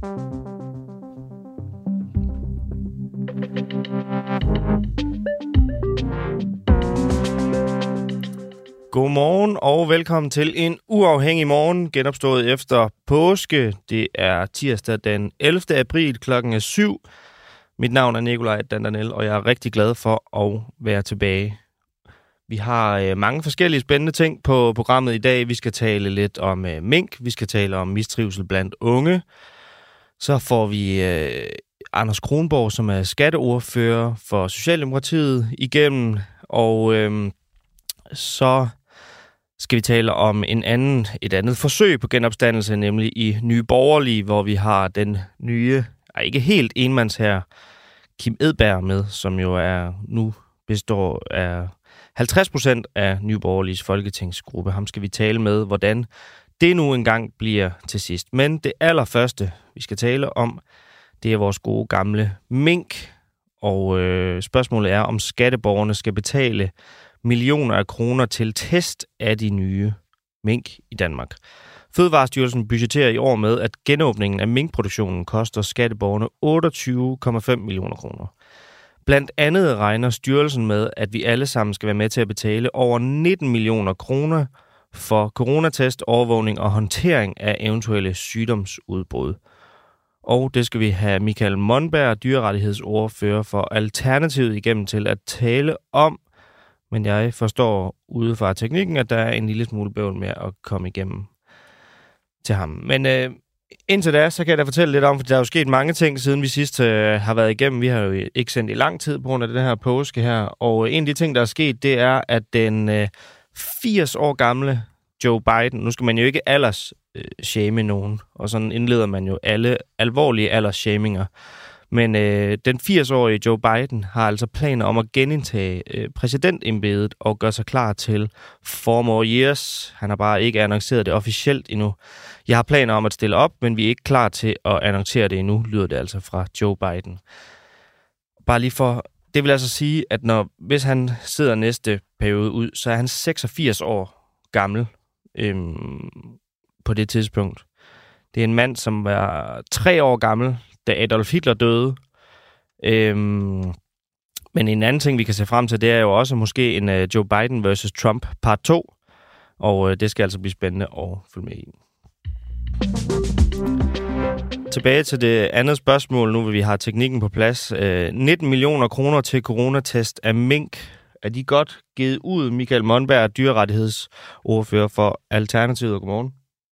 Godmorgen og velkommen til en uafhængig morgen, genopstået efter påske. Det er tirsdag den 11. april, klokken er 7. Mit navn er Nikolaj Dandanel, og jeg er rigtig glad for at være tilbage. Vi har mange forskellige spændende ting på programmet i dag. Vi skal tale lidt om mink, vi skal tale om mistrivsel blandt unge. Så får vi Anders Kronborg, som er skatteordfører for Socialdemokratiet, igennem, og så skal vi tale om et andet forsøg på genopstandelse, nemlig i Nye Borgerlige, hvor vi har den nye, ikke helt enmandsherre, Kim Edberg med, som jo nu består af 50% af Nye Borgerliges folketingsgruppe. Ham skal vi tale med, hvordan det nu engang bliver til sidst. Men det allerførste, vi skal tale om, det er vores gode gamle mink. Og spørgsmålet er, om skatteborgerne skal betale millioner af kroner til test af de nye mink i Danmark. Fødevarestyrelsen budgetterer i år med, at genåbningen af minkproduktionen koster skatteborgerne 28,5 millioner kroner. Blandt andet regner styrelsen med, at vi alle sammen skal være med til at betale over 19 millioner kroner for coronatest, overvågning og håndtering af eventuelle sygdomsudbrud. Og det skal vi have Michael Monberg, dyrerettighedsordfører for Alternativet, igennem til at tale om. Men jeg forstår ude fra teknikken, at der er en lille smule bøvl med at komme igennem til ham. Men indtil da, så kan jeg da fortælle lidt om, for der er jo sket mange ting, siden vi sidst har været igennem. Vi har jo ikke sendt i lang tid på grund af den her påske her. Og en af de ting, der er sket, det er, at den 80 år gamle Joe Biden, nu skal man jo ikke shame nogen, og sådan indleder man jo alle alvorlige aldersshamninger. Men den 80-årige Joe Biden har altså planer om at genindtage præsidentembedet og gøre sig klar til 4 more years. Han har bare ikke annonceret det officielt endnu. Jeg har planer om at stille op, men vi er ikke klar til at annoncere det endnu, lyder det altså fra Joe Biden. Bare lige for, det vil altså sige, at hvis han sidder næste periode ud, så er han 86 år gammel på det tidspunkt. Det er en mand, som var 3 år gammel, da Adolf Hitler døde. Men en anden ting, vi kan se frem til, det er jo også måske en Joe Biden versus Trump part 2. Og det skal altså blive spændende at følge med i. Tilbage til det andet spørgsmål, nu vil vi have teknikken på plads. 19 millioner kroner til coronatest af mink. Er de godt givet ud? Michael Monberg, dyrerettighedsordfører for Alternativet. Godmorgen.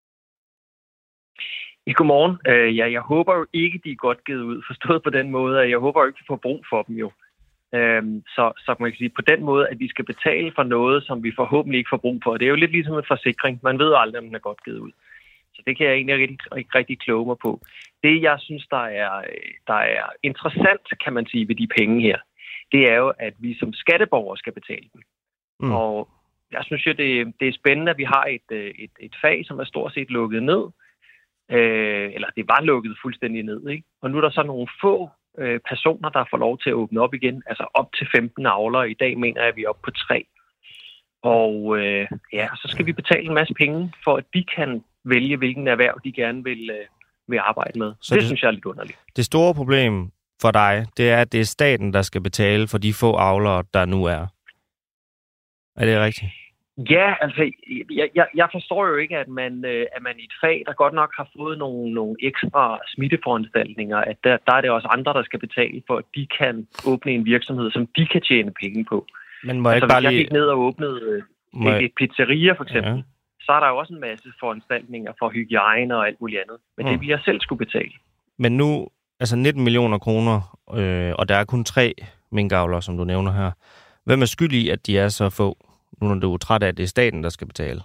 Godmorgen. Jeg håber jo ikke, de er godt givet ud, forstået på den måde, at jeg håber jo ikke, vi får brug for dem jo. Så man kan sige på den måde, at vi skal betale for noget, som vi forhåbentlig ikke får brug for. Det er jo lidt ligesom en forsikring. Man ved aldrig, om den er godt givet ud. Så det kan jeg egentlig rigtig kloge mig på. Det, jeg synes, der er interessant, kan man sige, ved de penge her, det er jo, at vi som skatteborgere skal betale dem. Og jeg synes jo, det er spændende, at vi har et fag, som er stort set lukket ned. Eller det var lukket fuldstændig ned, ikke? Og nu er der så nogle få personer, der får lov til at åbne op igen, altså op til 15 avlere. I dag mener jeg, at vi er oppe på 3. Og så skal vi betale en masse penge, for at de kan vælge, hvilken erhverv de gerne vil arbejde med. Så det synes jeg er lidt underligt. Det store problem for dig, det er, at det er staten, der skal betale for de få avlere, der nu er. Er det rigtigt? Ja, altså, jeg forstår jo ikke, at man i et fag, der godt nok har fået nogle ekstra smitteforanstaltninger, at der er det også andre, der skal betale for, at de kan åbne en virksomhed, som de kan tjene penge på. Men må altså, hvis jeg gik ned og åbnede et pizzeria for eksempel, så er der jo også en masse foranstaltninger for hygiejne og alt muligt andet. Men det vil jeg selv skulle betale. Men nu, altså 19 millioner kroner, og der er kun 3 minkavlere, som du nævner her. Hvem er skyld i, at de er så få? Nu når du er træt af, at det er staten, der skal betale.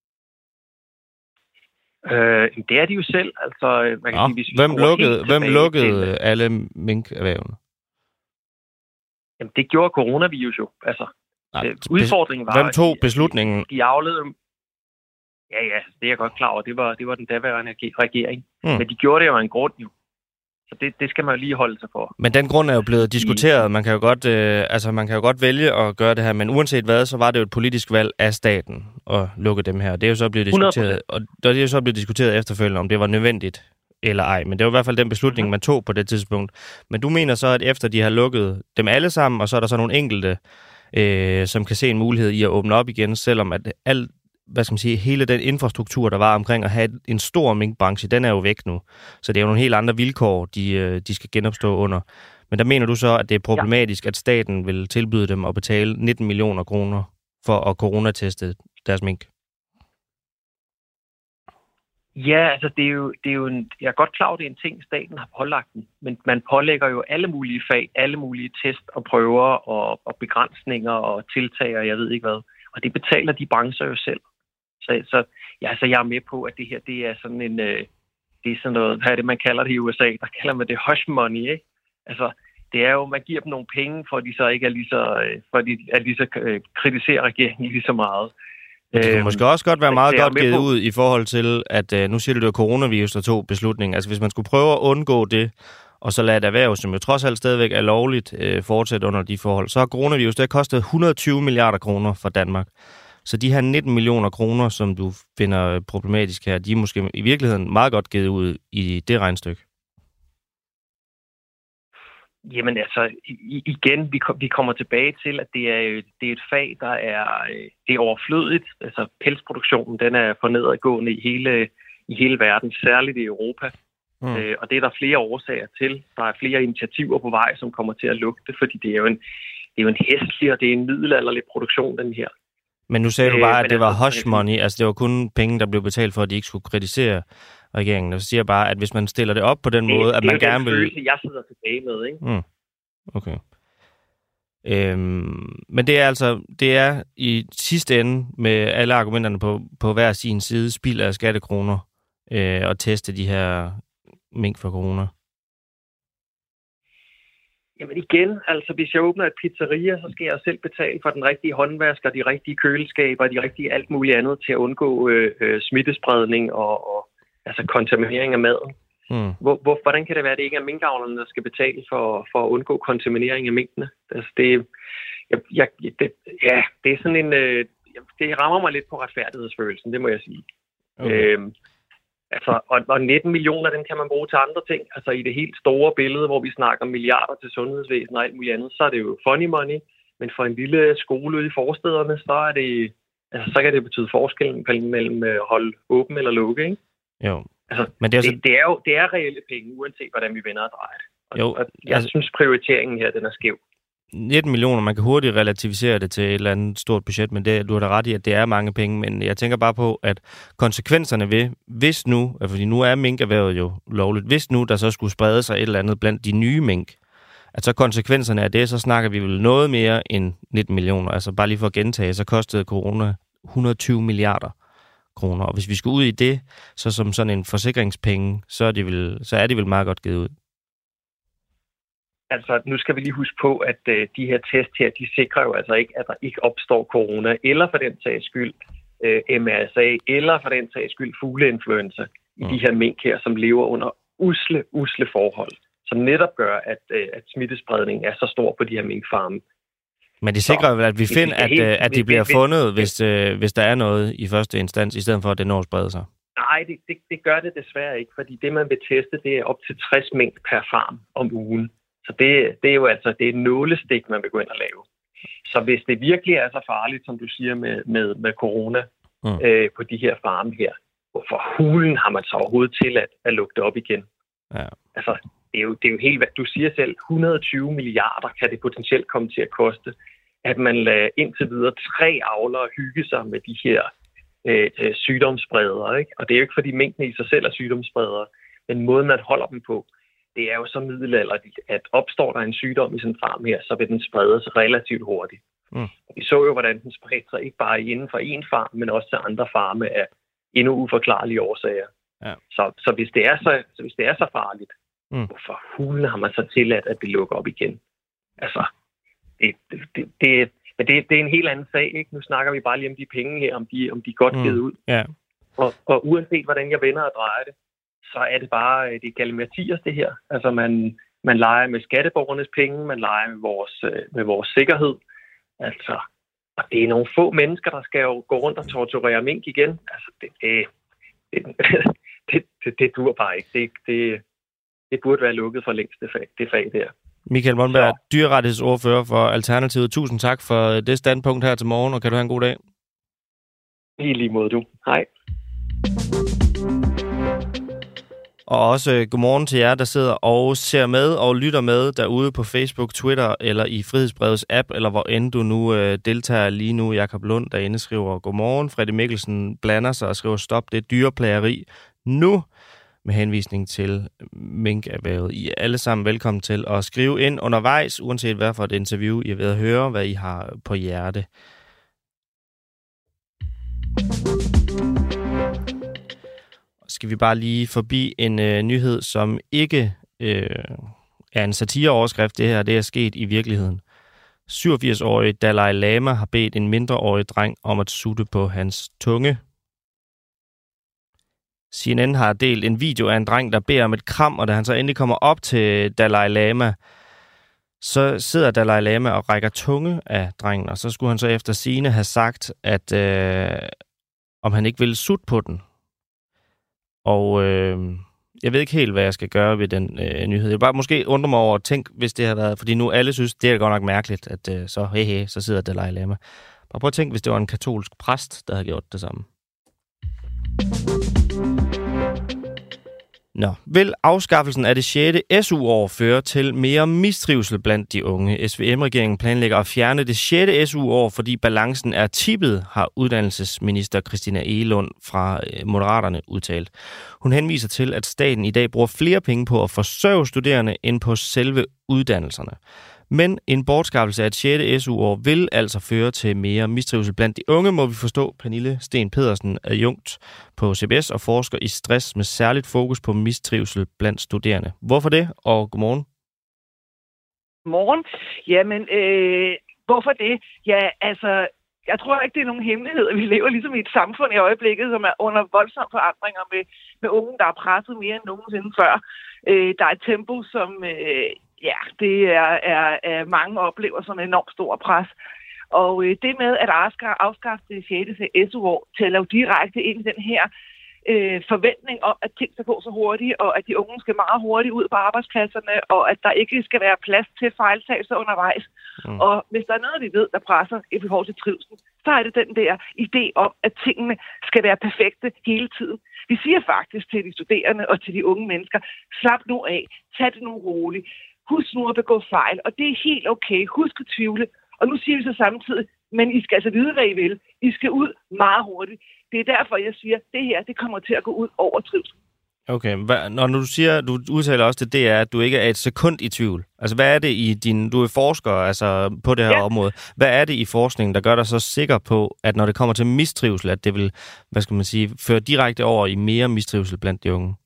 Det er de jo selv. Altså, man kan sige, hvem lukkede alle minkerhvervene? Jamen, det gjorde coronavirus jo. Altså, udfordringen var... Hvem tog beslutningen? De afledte... Ja, det er jeg godt klar over. Det var den daværende regering. Men de gjorde det jo af en grund jo. Så det skal man jo lige holde sig for. Men den grund er jo blevet diskuteret. Man kan jo godt vælge at gøre det her, men uanset hvad, så var det jo et politisk valg af staten at lukke dem her. Det er jo så blevet diskuteret, og det er jo så blevet diskuteret efterfølgende, om det var nødvendigt eller ej. Men det var i hvert fald den beslutning, man tog på det tidspunkt. Men du mener så, at efter de har lukket dem alle sammen, og så er der så nogle enkelte, som kan se en mulighed i at åbne op igen, selvom at hele den infrastruktur, der var omkring at have en stor minkbranche, den er jo væk nu. Så det er jo nogle helt andre vilkår, de skal genopstå under. Men der mener du så, at det er problematisk, at staten vil tilbyde dem at betale 19 millioner kroner for at coronateste deres mink? Ja, altså det er jo jeg er godt klar over, det er en ting, staten har pålagt den, men man pålægger jo alle mulige fag, alle mulige test og prøver og begrænsninger og tiltag, og jeg ved ikke hvad. Og det betaler de brancher jo selv. Så jeg er med på, at det her, det er sådan en, det er sådan noget, hvad er det, man kalder det i USA? Der kalder man det hush money, ikke? Altså, det er jo, man giver dem nogle penge, for de så ikke er lige så, kritiserer regeringen lige så meget. Det kunne måske også godt være meget godt givet ud i forhold til, at nu siger du, det var coronavirus, der tog beslutningen. Altså hvis man skulle prøve at undgå det, og så lade et erhverv, som jo trods alt stadigvæk er lovligt, fortsætte under de forhold, så har coronavirus, det har kostet 120 milliarder kroner for Danmark. Så de her 19 millioner kroner, som du finder problematisk her, de er måske i virkeligheden meget godt givet ud i det regnestykke. Jamen altså, igen, vi kommer tilbage til, at det er et fag, der det er overflødigt. Altså pelsproduktionen, den er for nedadgående i hele verden, særligt i Europa. Og det er der flere årsager til. Der er flere initiativer på vej, som kommer til at lukke det, fordi det er jo en hæslig, og det er en middelalderlig produktion, den her. Men nu sagde du bare, at det var hush money, altså det var kun penge, der blev betalt for, at de ikke skulle kritisere regeringen. Og så siger jeg bare, at hvis man stiller det op på den måde, at man gerne vil... Det er følelse, jeg sidder tilbage med, ikke? Okay. Men det er altså, det er i sidste ende med alle argumenterne på hver sin side spild af skattekroner at teste de her mink for corona. Jamen igen, altså hvis jeg åbner et pizzeria, så skal jeg selv betale for den rigtige håndvasker, de rigtige køleskaber, de rigtige alt muligt andet til at undgå smittespredning og altså kontaminering af maden. Hvordan kan det være, at det ikke er minkavlerne, der skal betale for at undgå kontaminering af minkene? Altså det er sådan en... det rammer mig lidt på retfærdighedsfølelsen, det må jeg sige. Okay. Altså, og 19 millioner, den kan man bruge til andre ting. Altså i det helt store billede, hvor vi snakker milliarder til sundhedsvæsen og alt muligt andet, så er det jo funny money. Men for en lille skole ude i forstederne, så er det, altså, så kan det betyde forskellen mellem at holde åben eller lukke, ikke? Jo. Altså, men det er reelle penge, uanset hvordan vi vender og drejer det. Og jeg synes, prioriteringen her, den er skæv. 19 millioner, man kan hurtigt relativisere det til et eller andet stort budget, men du har da ret i, at det er mange penge, men jeg tænker bare på, at konsekvenserne ved, hvis nu, fordi nu er minkerhvervet jo lovligt, hvis nu der så skulle sprede sig et eller andet blandt de nye mink, at så konsekvenserne af det, så snakker vi vel noget mere end 19 millioner. Altså bare lige for at gentage, så kostede corona 120 milliarder kroner, og hvis vi skulle ud i det, så som sådan en forsikringspenge, så er det vel meget godt givet ud. Altså, nu skal vi lige huske på, at de her test her, de sikrer jo altså ikke, at der ikke opstår corona, eller for den sags skyld MRSA, eller for den sags skyld fugleinfluenza i de her mink her, som lever under usle forhold, som netop gør, at smittespredningen er så stor på de her minkfarme. Men det sikrer jo, at vi finder, at de bliver fundet, hvis der er noget i første instans, i stedet for, at det når at sprede sig. Nej, det gør det desværre ikke, fordi det, man vil teste, det er op til 60 mink per farm om ugen. Så det er jo altså det er nålestik, man begynder at lave. Så hvis det virkelig er så farligt, som du siger med corona på de her farme her, hvorfor hulen har man så overhovedet til at lukke det op igen? Ja. Altså, det er jo helt, hvad du siger selv, 120 milliarder kan det potentielt komme til at koste, at man lader indtil videre 3 avlere hygge sig med de her sygdomsspredere, ikke? Og det er jo ikke, fordi minkene i sig selv er sygdomsspredere, men måden, man holder dem på, det er jo så middelalderligt, at opstår der en sygdom i sådan en farm her, så vil den sprede sig relativt hurtigt. Vi så jo, hvordan den spredte sig ikke bare inden for én farm, men også til andre farme af endnu uforklarlige årsager. Ja. Så hvis det er så farligt, hvorfor hulen har man så tilladt, at det lukker op igen? Altså, det er en helt anden sag, ikke? Nu snakker vi bare lige om de penge her, om de er godt givet ud. Yeah. Og uanset hvordan jeg vender og drejer det, så er det bare det galimatias, det her. Altså man leger med skatteborgernes penge, man leger med vores sikkerhed. Altså, og det er nogle få mennesker, der skal jo gå rundt og torturere mink igen. Altså, det dur bare ikke. Det burde være lukket for længst, det fag der. Michael Monberg, dyrerettighedsordfører for Alternativet. Tusind tak for det standpunkt her til morgen, og kan du have en god dag? I lige måde, du. Hej. Og også godmorgen til jer, der sidder og ser med og lytter med derude på Facebook, Twitter eller i Frihedsbrevets app, eller hvor end du nu deltager lige nu. Jakob Lund derinde skriver godmorgen. Freddy Mikkelsen blander sig og skriver stop det dyreplageri nu, med henvisning til minkerhvervet. I er alle sammen velkommen til at skrive ind undervejs, uanset hvad for et interview I er ved at høre, hvad I har på hjerte. Skal vi bare lige forbi en nyhed, som ikke er en satireoverskrift. Det her, det er sket i virkeligheden. 87-årig Dalai Lama har bedt en mindreårig dreng om at sutte på hans tunge. CNN har delt en video af en dreng, der beder om et kram, og da han så endelig kommer op til Dalai Lama, så sidder Dalai Lama og rækker tunge af drengen, og så skulle han så efter sigende have sagt, at om han ikke ville sutte på den. Og jeg ved ikke helt, hvad jeg skal gøre ved den nyhed. Jeg vil bare måske undre mig over at tænke, hvis det har været, fordi nu alle synes, det er godt nok mærkeligt, at så sidder Dalai Lama. Bare prøv at tænke, hvis det var en katolsk præst, der havde gjort det samme. Nå. Vil afskaffelsen af det 6. SU-år føre til mere mistrivsel blandt de unge? SVM-regeringen planlægger at fjerne det 6. SU-år, fordi balancen er tippet, har uddannelsesminister Christina Egelund fra Moderaterne udtalt. Hun henviser til, at staten i dag bruger flere penge på at forsørge studerende end på selve uddannelserne. Men en bortskaffelse af et 6. SU-år vil altså føre til mere mistrivsel blandt de unge, må vi forstå. Pernille Sten Pedersen, adjunkt på CBS og forsker i stress med særligt fokus på mistrivsel blandt studerende. Hvorfor det, og godmorgen? Godmorgen. Jamen, hvorfor det? Ja, altså, jeg tror ikke, det er nogen hemmelighed. Vi lever ligesom i et samfund i øjeblikket, som er under voldsomme forandringer med unge, der er presset mere end nogensinde før. Der er et tempo, som... det er mange oplever som en enormt stor pres. Og det med at afskaffe det 6. SU-år tæller jo direkte ind i den her forventning om, at ting skal gå så hurtigt, og at de unge skal meget hurtigt ud på arbejdspladserne, og at der ikke skal være plads til fejltagelser undervejs. Og hvis der er noget, vi ved, der presser i forhold til trivsel, så er det den der idé om, at tingene skal være perfekte hele tiden. Vi siger faktisk til de studerende og til de unge mennesker, slap nu af, tag det nu roligt. Husk nu at begå fejl, og det er helt okay. Husk at tvivle. Og nu siger vi så samtidig, men I skal altså vide, hvad I vil. I skal ud meget hurtigt. Det er derfor, jeg siger, at det her, det kommer til at gå ud over trivsel. Okay, når du siger, du udtaler også til det, er, at du ikke er et sekund i tvivl. Altså, hvad er det i du er forsker altså, på det her område. Hvad er det i forskningen, der gør dig så sikker på, at når det kommer til mistrivsel, at det vil, føre direkte over i mere mistrivsel blandt de unge?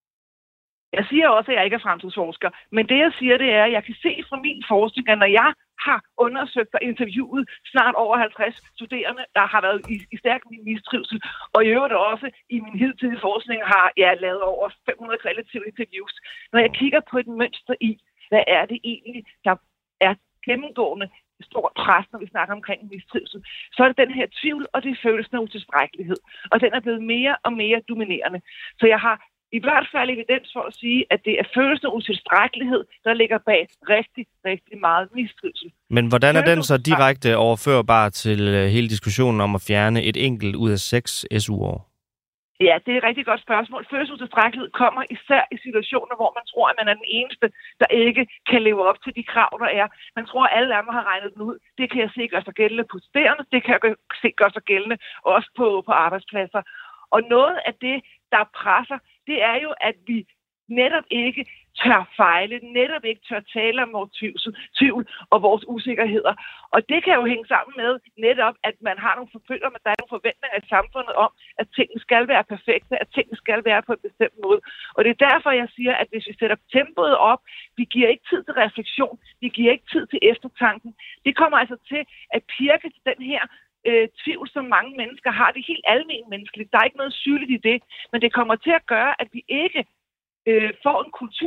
Jeg siger også, at jeg ikke er fremtidsforsker, men det jeg siger, det er, at jeg kan se fra min forskning, at når jeg har undersøgt og interviewet snart over 50 studerende, der har været i stærk mistrivsel, og i øvrigt også i min hidtidige forskning har jeg lavet over 500 kvalitative interviews. Når jeg kigger på et mønster i, hvad er det egentlig, der er gennemgående stort pres, når vi snakker omkring mistrivsel, så er det den her tvivl, og det er følelsen af utilstrækkelighed. Og den er blevet mere og mere dominerende. Så jeg har i hvert fald evidens for at sige, at det er følelsen af utilstrækkelighed, der ligger bag rigtig, rigtig meget mistrivsel. Men hvordan er den så direkte overførbar til hele diskussionen om at fjerne et enkelt ud af 6 SU-år? Ja, det er et rigtig godt spørgsmål. Følelsen af utilstrækkelighed kommer især i situationer, hvor man tror, at man er den eneste, der ikke kan leve op til de krav, der er. Man tror, at alle andre har regnet den ud. Det kan jeg se gøre sig gældende på studerende. Det kan jeg se gøre sig gældende også på arbejdspladser. Og noget af det, der presser, det er jo, at vi netop ikke tør fejle, netop ikke tør tale om vores tvivl og vores usikkerheder. Og det kan jo hænge sammen med netop, at man har nogle forfølger, men der er nogle forventninger i samfundet om, at tingene skal være perfekte, at tingene skal være på en bestemt måde. Og det er derfor, jeg siger, at hvis vi sætter tempoet op, vi giver ikke tid til refleksion, vi giver ikke tid til eftertanken. Det kommer altså til at pirke til den her tvivl, som mange mennesker har. Det er helt almen menneskeligt. Der er ikke noget sygeligt i det, men det kommer til at gøre, at vi ikke får en kultur,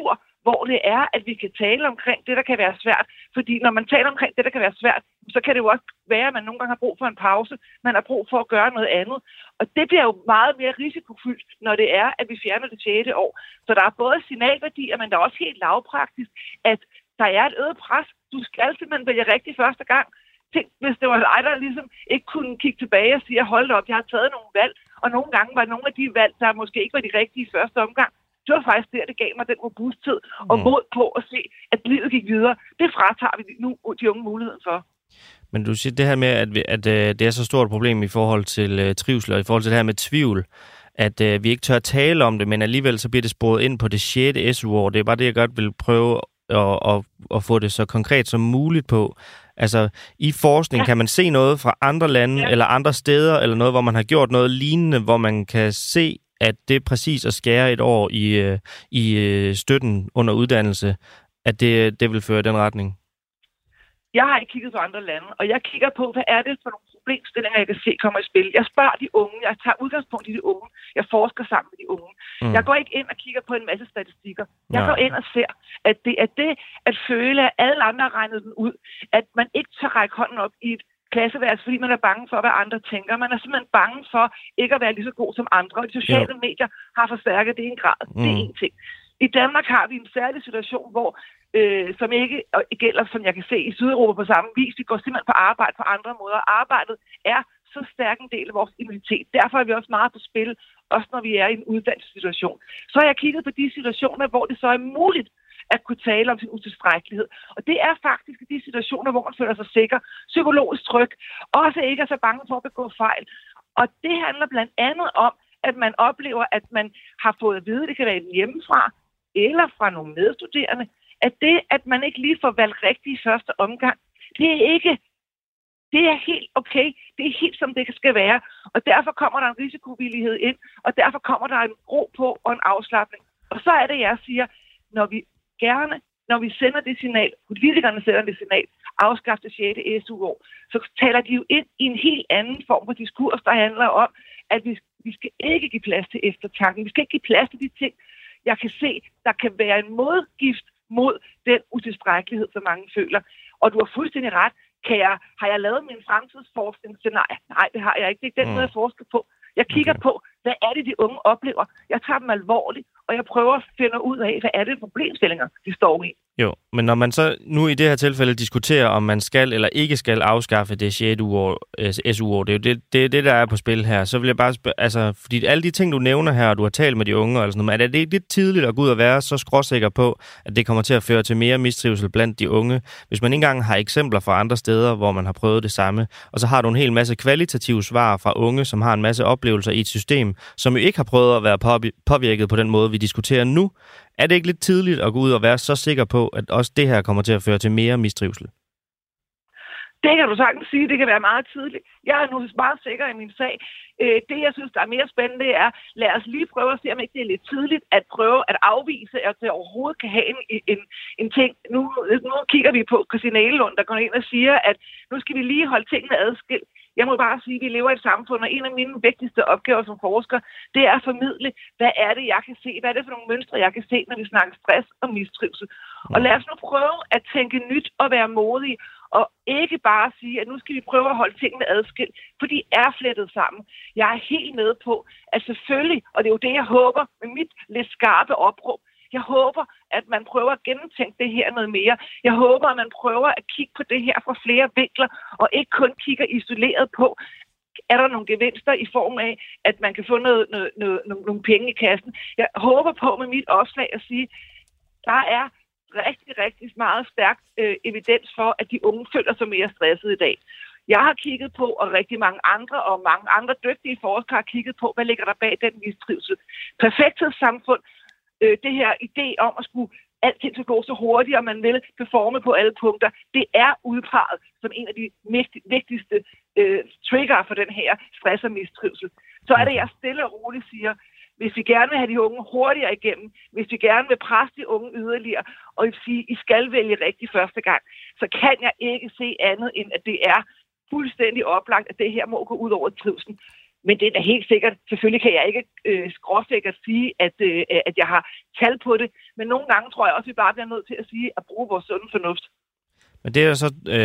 hvor det er, at vi kan tale omkring det, der kan være svært. Fordi når man taler omkring det, der kan være svært, så kan det jo også være, at man nogle gange har brug for en pause. Man har brug for at gøre noget andet. Og det bliver jo meget mere risikofyldt, når det er, at vi fjerner det 6. år. Så der er både signalværdier, men der er også helt lavpraktisk, at der er et øget pres. Du skal simpelthen vælge rigtigt første gang. Tænk, hvis det var dig, der ligesom ikke kunne kigge tilbage og sige, hold op, jeg har taget nogle valg. Og nogle gange var nogle af de valg, der måske ikke var de rigtige i første omgang. Det var faktisk det gav mig den robusthed og mod på at se, at livet gik videre. Det fratager vi nu de unge muligheden for. Men du siger det her med, at det er så stort problem i forhold til trivsel og i forhold til det her med tvivl, at vi ikke tør tale om det, men alligevel så bliver det sporet ind på det 6. SU-år. Det er bare det, jeg godt vil prøve at få det så konkret som muligt på. Altså, i forskning kan man se noget fra andre lande eller andre steder, eller noget, hvor man har gjort noget lignende, hvor man kan se, at det er præcis at skære et år i støtten under uddannelse, at det vil føre i den retning? Jeg har ikke kigget på andre lande, og jeg kigger på, hvad er det for nogle problemstillinger, jeg kan se kommer i spil. Jeg spørger de unge, jeg tager udgangspunkt i de unge, jeg forsker sammen med de unge. Jeg går ikke ind og kigger på en masse statistikker. Jeg går ind og ser, at det er det at føle, at alle andre har regnet den ud, at man ikke tør række hånden op i et klasseværelse, fordi man er bange for, hvad andre tænker. Man er simpelthen bange for ikke at være lige så god som andre, og de sociale medier har forstærket det i en grad. Det er en ting. I Danmark har vi en særlig situation, hvor som ikke gælder, som jeg kan se i Sydeuropa på samme vis. Vi går simpelthen på arbejde på andre måder. Arbejdet er så stærk en del af vores identitet. Derfor er vi også meget på spil, også når vi er i en uddannelsessituation. Så har jeg kigget på de situationer, hvor det så er muligt at kunne tale om sin utilstrækkelighed. Og det er faktisk i de situationer, hvor man føler sig sikker, psykologisk tryg, også ikke er så bange for at begå fejl. Og det handler blandt andet om, at man oplever, at man har fået at vide, det kan være hjemmefra, eller fra nogle medstuderende, at det, at man ikke lige får valgt rigtigt i første omgang, det er helt okay. Det er helt som det skal være. Og derfor kommer der en risikovillighed ind, og derfor kommer der en ro på og en afslapning. Og så er det, jeg siger, når vi sender det signal, politikerne sender det signal, afskaffe det 6. SU-år, så taler de jo ind i en helt anden form for diskurs, der handler om, at vi skal ikke give plads til eftertanken. Vi skal ikke give plads til de ting, jeg kan se, der kan være en modgift mod den utilstrækkelighed, som mange føler. Og du har fuldstændig ret. Har jeg lavet min fremtidsforskningsscenarie? Nej, det har jeg ikke. Det er ikke den måde, jeg forsker på. Jeg kigger på, hvad er det, de unge oplever. Jeg tager dem alvorligt, og jeg prøver at finde ud af, hvad er det problemstillinger, de står i. Jo, men når man så nu i det her tilfælde diskuterer, om man skal eller ikke skal afskaffe det 6. SU-år, det er jo det, der er på spil her, så vil jeg bare spørge, fordi alle de ting, du nævner her, og du har talt med de unge, og sådan noget, er det ikke lidt tidligt at gå ud og være så skråsikker på, at det kommer til at føre til mere mistrivsel blandt de unge, hvis man ikke engang har eksempler fra andre steder, hvor man har prøvet det samme, og så har du en hel masse kvalitative svar fra unge, som har en masse oplevelser i et system, som jo ikke har prøvet at være påvirket på den måde, vi diskuterer nu. Er det ikke lidt tidligt at gå ud og være så sikker på, at også det her kommer til at føre til mere mistrivsel? Det kan du sagtens sige, det kan være meget tidligt. Jeg er nu meget sikker i min sag. Det, jeg synes, der er mere spændende, er, lad os lige prøve at se, om ikke det er lidt tidligt at prøve at afvise, at det overhovedet kan have en ting. Nu kigger vi på Christina Egelund, der går ind og siger, at nu skal vi lige holde tingene adskilt. Jeg må bare sige, at vi lever i et samfund, og en af mine vigtigste opgaver som forsker, det er at formidle, hvad er det, jeg kan se? Hvad er det for nogle mønstre, jeg kan se, når vi snakker stress og mistrivsel? Og lad os nu prøve at tænke nyt og være modige, og ikke bare sige, at nu skal vi prøve at holde tingene adskilt, for de er flettet sammen. Jeg er helt med på, at selvfølgelig, og det er jo det, jeg håber med mit lidt skarpe opråb, jeg håber, at man prøver at gennemtænke det her noget mere. Jeg håber, at man prøver at kigge på det her fra flere vinkler, og ikke kun kigger isoleret på, er der nogle gevinster i form af, at man kan få nogle penge i kassen. Jeg håber på med mit opslag at sige, der er rigtig, rigtig meget stærkt evidens for, at de unge føler sig mere stresset i dag. Jeg har kigget på, og rigtig mange andre dygtige forskere har kigget på, hvad ligger der bag den mistrivsel. Perfekthedssamfund, det her idé om at skulle alting skal gå så hurtigt, og man vil performe på alle punkter, det er udpeget som en af de vigtigste trigger for den her stress og mistrivsel. Så er det, jeg stille og roligt siger, hvis vi gerne vil have de unge hurtigere igennem, hvis vi gerne vil presse de unge yderligere, og sige, I skal vælge rigtigt første gang, så kan jeg ikke se andet end, at det er fuldstændig oplagt, at det her må gå ud over trivslen. Men det er helt sikkert. Selvfølgelig kan jeg ikke skråsikkert sige, at jeg har tal på det. Men nogle gange tror jeg også, at vi bare bliver nødt til at sige at bruge vores sunde fornuft. Men det,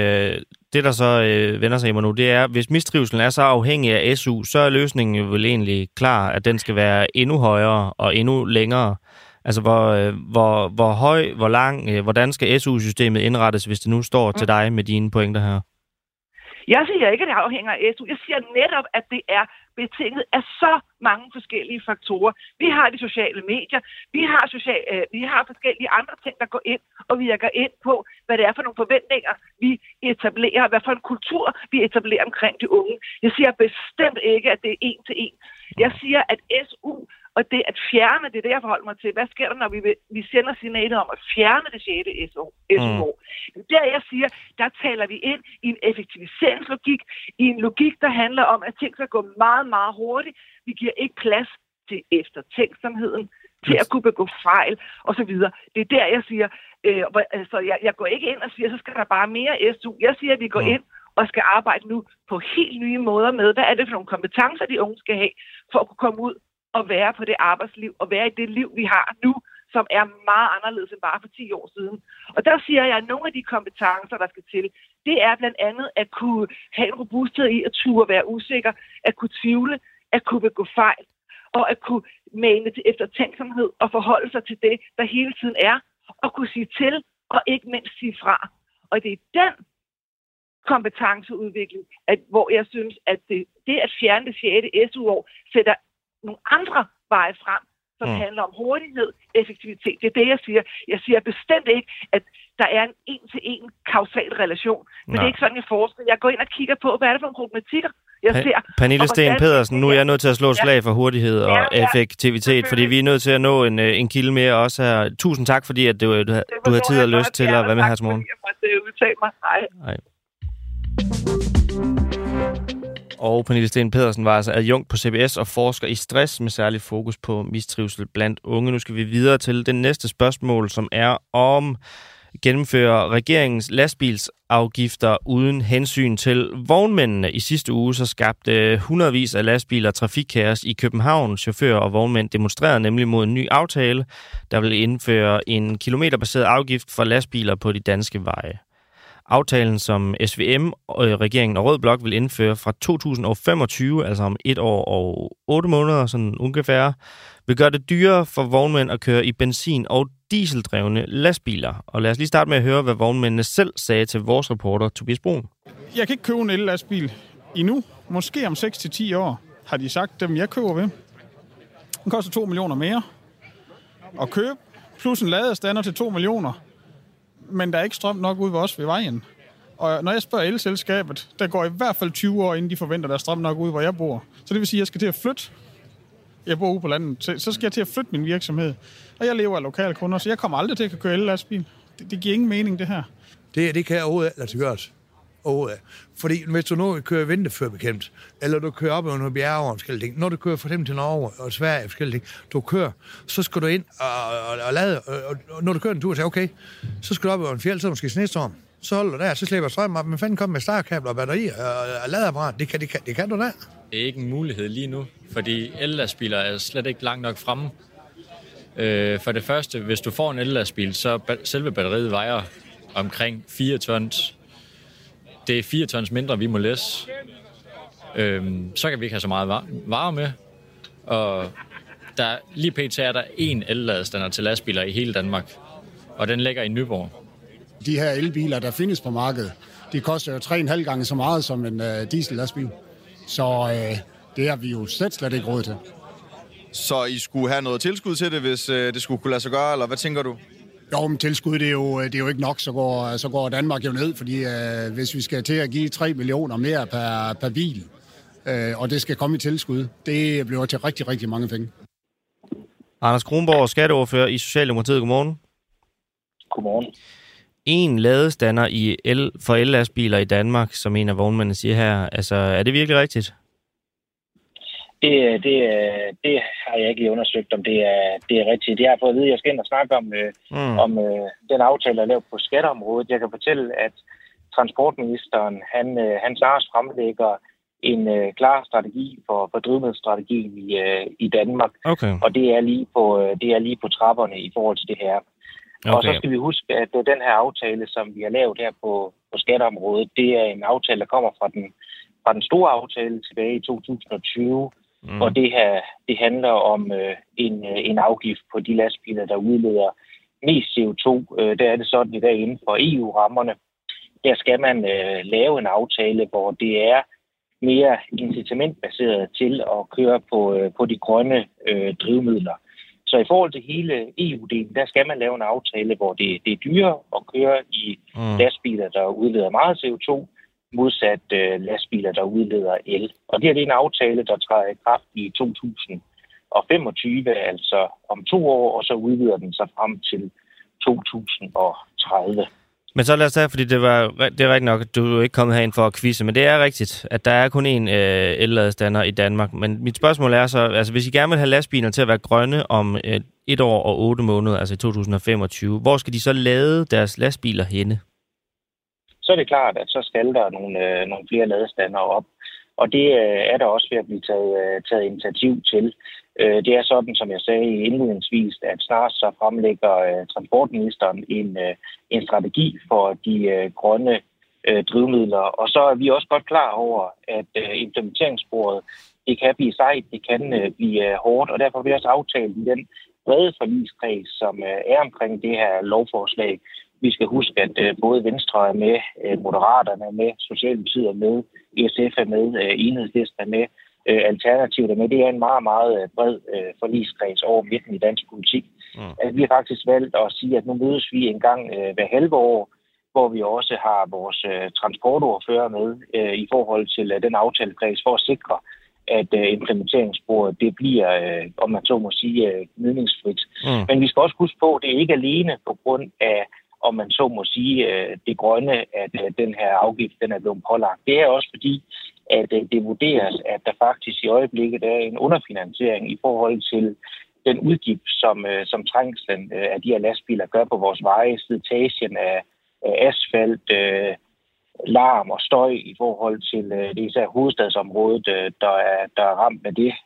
der så vender sig imod nu, det er, hvis mistrivselen er så afhængig af SU, så er løsningen jo vel egentlig klar, at den skal være endnu højere og endnu længere. Altså, hvor høj, hvor lang, hvordan skal SU-systemet indrettes, hvis det nu står til dig med dine pointer her? Jeg siger ikke, at det afhænger af SU. Jeg siger netop, at det er betinget af så mange forskellige faktorer. Vi har de sociale medier, vi har forskellige andre ting, der går ind og virker ind på, hvad det er for nogle forventninger, vi etablerer, hvad for en kultur, vi etablerer omkring de unge. Jeg siger bestemt ikke, at det er en til en. Jeg siger, at SU og det at fjerne, det er det, jeg forholder mig til. Hvad sker der, når vi sender signalet om at fjerne det 6. SU-år? Der jeg siger, der taler vi ind i en effektiviseringslogik, i en logik, der handler om, at ting skal gå meget, meget hurtigt. Vi giver ikke plads til eftertænksomheden, til at kunne begå fejl, osv. Det er der, jeg siger, så jeg går ikke ind og siger, så skal der bare mere SU. Jeg siger, at vi går ind og skal arbejde nu på helt nye måder med, hvad er det for nogle kompetencer, de unge skal have, for at kunne komme ud og være på det arbejdsliv, og være i det liv, vi har nu, som er meget anderledes end bare for 10 år siden. Og der siger jeg, at nogle af de kompetencer, der skal til, det er blandt andet at kunne have en robusthed i at turde være usikker, at kunne tvivle, at kunne begå fejl, og at kunne mane til eftertænksomhed og forholde sig til det, der hele tiden er, og kunne sige til, og ikke mindst sige fra. Og det er den kompetenceudvikling, hvor jeg synes, at det at fjerne det 6. SU-år sætter nogle andre veje frem, som handler om hurtighed, effektivitet. Det er det, jeg siger. Jeg siger bestemt ikke, at der er en en-til-en kausal relation. Men det er ikke sådan, jeg forsker. Jeg går ind og kigger på, hvad er det for nogle problematikker, jeg ser. Pernille Sten Pedersen, nu er jeg nødt til at slå slag for hurtighed og effektivitet, fordi vi er nødt til at nå en kilde mere også her. Tusind tak, fordi at du har tid og lyst til at være med her til morgen. Hej. Og Pernille Sten Pedersen var altså adjunkt på CBS og forsker i stress med særlig fokus på mistrivsel blandt unge. Nu skal vi videre til det næste spørgsmål, som er om gennemfører regeringens lastbilsafgifter uden hensyn til vognmændene. I sidste uge så skabte hundredvis af lastbiler trafikkaos i København. Chauffører og vognmænd demonstrerede nemlig mod en ny aftale, der vil indføre en kilometerbaseret afgift for lastbiler på de danske veje. Aftalen, som SVM, regeringen og Rød Blok vil indføre fra 2025, altså om 1 år og 8 måneder, sådan ungefær, vil gøre det dyrere for vognmænd at køre i benzin- og dieseldrevne lastbiler. Og lad os lige starte med at høre, hvad vognmændene selv sagde til vores reporter, Tobias Brun. Jeg kan ikke købe en el-lastbil endnu. Måske om 6-10 år, har de sagt, dem jeg køber ved. Den koster 2 millioner mere at købe, plus en ladestander til 2 millioner. Men der er ikke strøm nok ude ved os ved vejen. Og når jeg spørger elselskabet, der går i hvert fald 20 år, inden de forventer, der er strøm nok ude, hvor jeg bor. Så det vil sige, at jeg skal til at flytte. Jeg bor ude på landet, så skal jeg til at flytte min virksomhed. Og jeg lever af lokale kunder, så jeg kommer aldrig til at køre el-lastbil. Det giver ingen mening, det her. Det kan jeg overhovedet lade til gøres. Fordi hvis du nu kører vinterførbekæmt, eller du kører op over nogle bjerge og forskellige ting, når du kører for eksempel til Norge og Sverige og forskellige ting, du kører, så skal du ind og lade, og når du kører en tur, så okay, så skal du op over en fjeld, så måske snestorm. Så holder du der, så slipper strøm op, men fanden kommer med startkabler og batterier og ladeapparat. Det kan du da. Det er ikke en mulighed lige nu, fordi el-lastbiler er slet ikke langt nok fremme. For det første, hvis du får en el-lastbil, så selve batteriet vejer omkring 4 tons. Det er 4 tons mindre, vi må læse. Så kan vi ikke have så meget varer med. Og lige pt. Er der 1 el-ladestander til lastbiler i hele Danmark. Og den ligger i Nyborg. De her elbiler, der findes på markedet, de koster jo 3,5 gange så meget som en diesel-lastbil. Så det har vi jo slet ikke råd til. Så I skulle have noget tilskud til det, hvis det skulle kunne lade sig gøre, eller hvad tænker du? Jo, men tilskud, det er jo ikke nok, så går Danmark jo ned, fordi hvis vi skal til at give 3 millioner mere per bil, og det skal komme i tilskud, det bliver til rigtig, rigtig mange penge. Anders Kronborg, skatteordfører i Socialdemokratiet. Godmorgen. Godmorgen. En ladestander for el-lastbiler i Danmark, som en af vognmændene siger her. Altså, er det virkelig rigtigt? Det har jeg ikke undersøgt, om det er rigtigt. Det har jeg fået at vide, at jeg skal ind og snakke om den aftale, der er lavet på skatteområdet. Jeg kan fortælle, at transportministeren, han snart fremlægger en klar strategi for drivmiddelstrategien i Danmark. Okay. Og det er lige på trapperne i forhold til det her. Okay. Og så skal vi huske, at den her aftale, som vi har lavet her på skatteområdet, det er en aftale, der kommer fra den store aftale tilbage i 2020. Og det handler om en afgift på de lastbiler, der udleder mest CO2. Der er det sådan i dag inden for EU-rammerne. Der skal man lave en aftale, hvor det er mere incitamentbaseret til at køre på de grønne drivmidler. Så i forhold til hele EU-delen, der skal man lave en aftale, hvor det er dyrere at køre i lastbiler, der udleder meget CO2, modsat lastbiler, der udleder el. Og det er en aftale, der træder i kraft i 2025, altså om 2 år, og så udvider den sig frem til 2030. Men så lad os tage, fordi det er rigtigt nok, at du er ikke kommet herind for at quizze, men det er rigtigt, at der er kun én elladestander i Danmark. Men mit spørgsmål er så, altså hvis I gerne vil have lastbiler til at være grønne om 1 år og 8 måneder, altså i 2025, hvor skal de så lade deres lastbiler henne? Så er det klart, at så skal der nogle flere ladestander op. Og det er der også ved at blive taget initiativ til. Det er sådan, som jeg sagde indledningsvis, at snart så fremlægger transportministeren en strategi for de grønne drivmidler. Og så er vi også godt klar over, at implementeringssporet, det kan blive sejt, det kan blive hårdt, og derfor har vi også aftalt i den brede forligskreds, som er omkring det her lovforslag. Vi skal huske, at både Venstre er med, Moderaterne er med, Socialdemokratiet er med, SF er med, Enhedslisten er med, Alternativet er med. Det er en meget, meget bred forligskreds over midten i dansk politik. Vi har faktisk valgt at sige, at nu mødes vi en gang hver halve år, hvor vi også har vores transportordfører med i forhold til den aftalekreds for at sikre, at implementeringssporet det bliver, om man så må sige, gnidningsfrit. Men vi skal også huske på, at det er ikke alene på grund af, om man så må sige, det grønne, at den her afgift den er blevet pålagt. Det er også fordi, at det vurderes, at der faktisk i øjeblikket er en underfinansiering i forhold til den udgift, som trængslen af de her lastbiler gør på vores veje, slitagen af asfalt, larm og støj i forhold til det især hovedstadsområdet, der er ramt med det.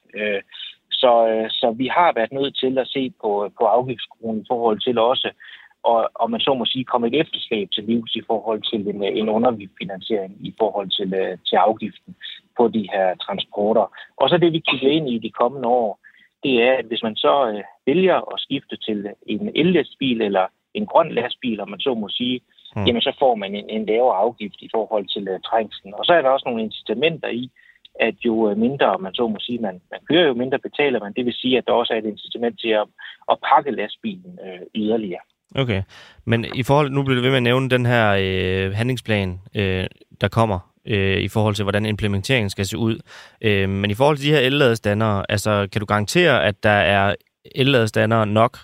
Så vi har været nødt til at se på afgiftsskruen i forhold til også, og man så må sige, komme et efterslæb til livs i forhold til en underfinansiering i forhold til afgiften på de her transporter. Og så det, vi kigger ind i de kommende år, det er, at hvis man så vælger at skifte til en el-lastbil eller en grøn lastbil, om man så må sige, jamen så får man en lavere afgift i forhold til trængslen. Og så er der også nogle incitamenter i, at jo mindre, man så må sige, man kører, jo mindre betaler man. Det vil sige, at der også er et incitament til at pakke lastbilen yderligere. Okay, men i forhold, nu bliver det ved med at nævne den her handlingsplan, der kommer, i forhold til, hvordan implementeringen skal se ud. Men i forhold til de her elladestandere, altså kan du garantere, at der er elladestandere nok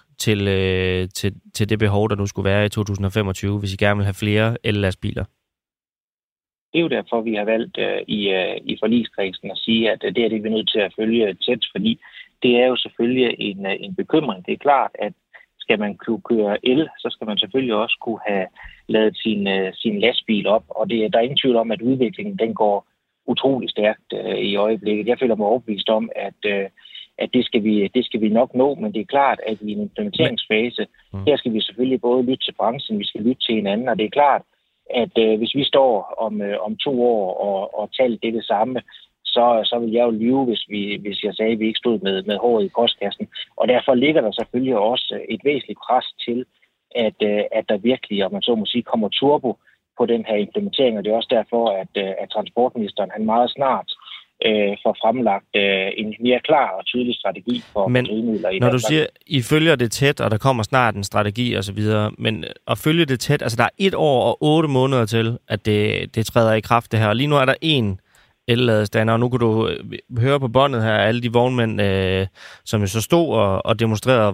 til det behov, der nu skulle være i 2025, hvis I gerne vil have flere ellastbiler? Det er jo derfor, vi har valgt i forligskredsen at sige, at det er det, vi er nødt til at følge tæt, fordi det er jo selvfølgelig en bekymring. Det er klart, at skal man kunne køre el, så skal man selvfølgelig også kunne have lavet sin lastbil op. Og der er ingen tvivl om, at udviklingen den går utrolig stærkt i øjeblikket. Jeg føler mig overbevist om, at det skal vi nok nå, men det er klart, at i en implementeringsfase, her skal vi selvfølgelig både lytte til branchen, vi skal lytte til hinanden, og det er klart, at hvis vi står om 2 år og tallet det samme, så vil jeg jo lyve, hvis jeg sagde, at vi ikke stod med håret i postkassen. Og derfor ligger der selvfølgelig også et væsentligt pres til, at der virkelig, om man så må sige, kommer turbo på den her implementering. Og det er også derfor, at transportministeren han meget snart får fremlagt en mere klar og tydelig strategi for drivmidler i Danmark. Når du siger, I følger det tæt, og der kommer snart en strategi osv., men at følge det tæt, altså der er 1 år og 8 måneder til, at det træder i kraft det her. Og lige nu er der en elladestander, og nu kan du høre på båndet her, alle de vognmænd, som jo så stod og demonstrerede,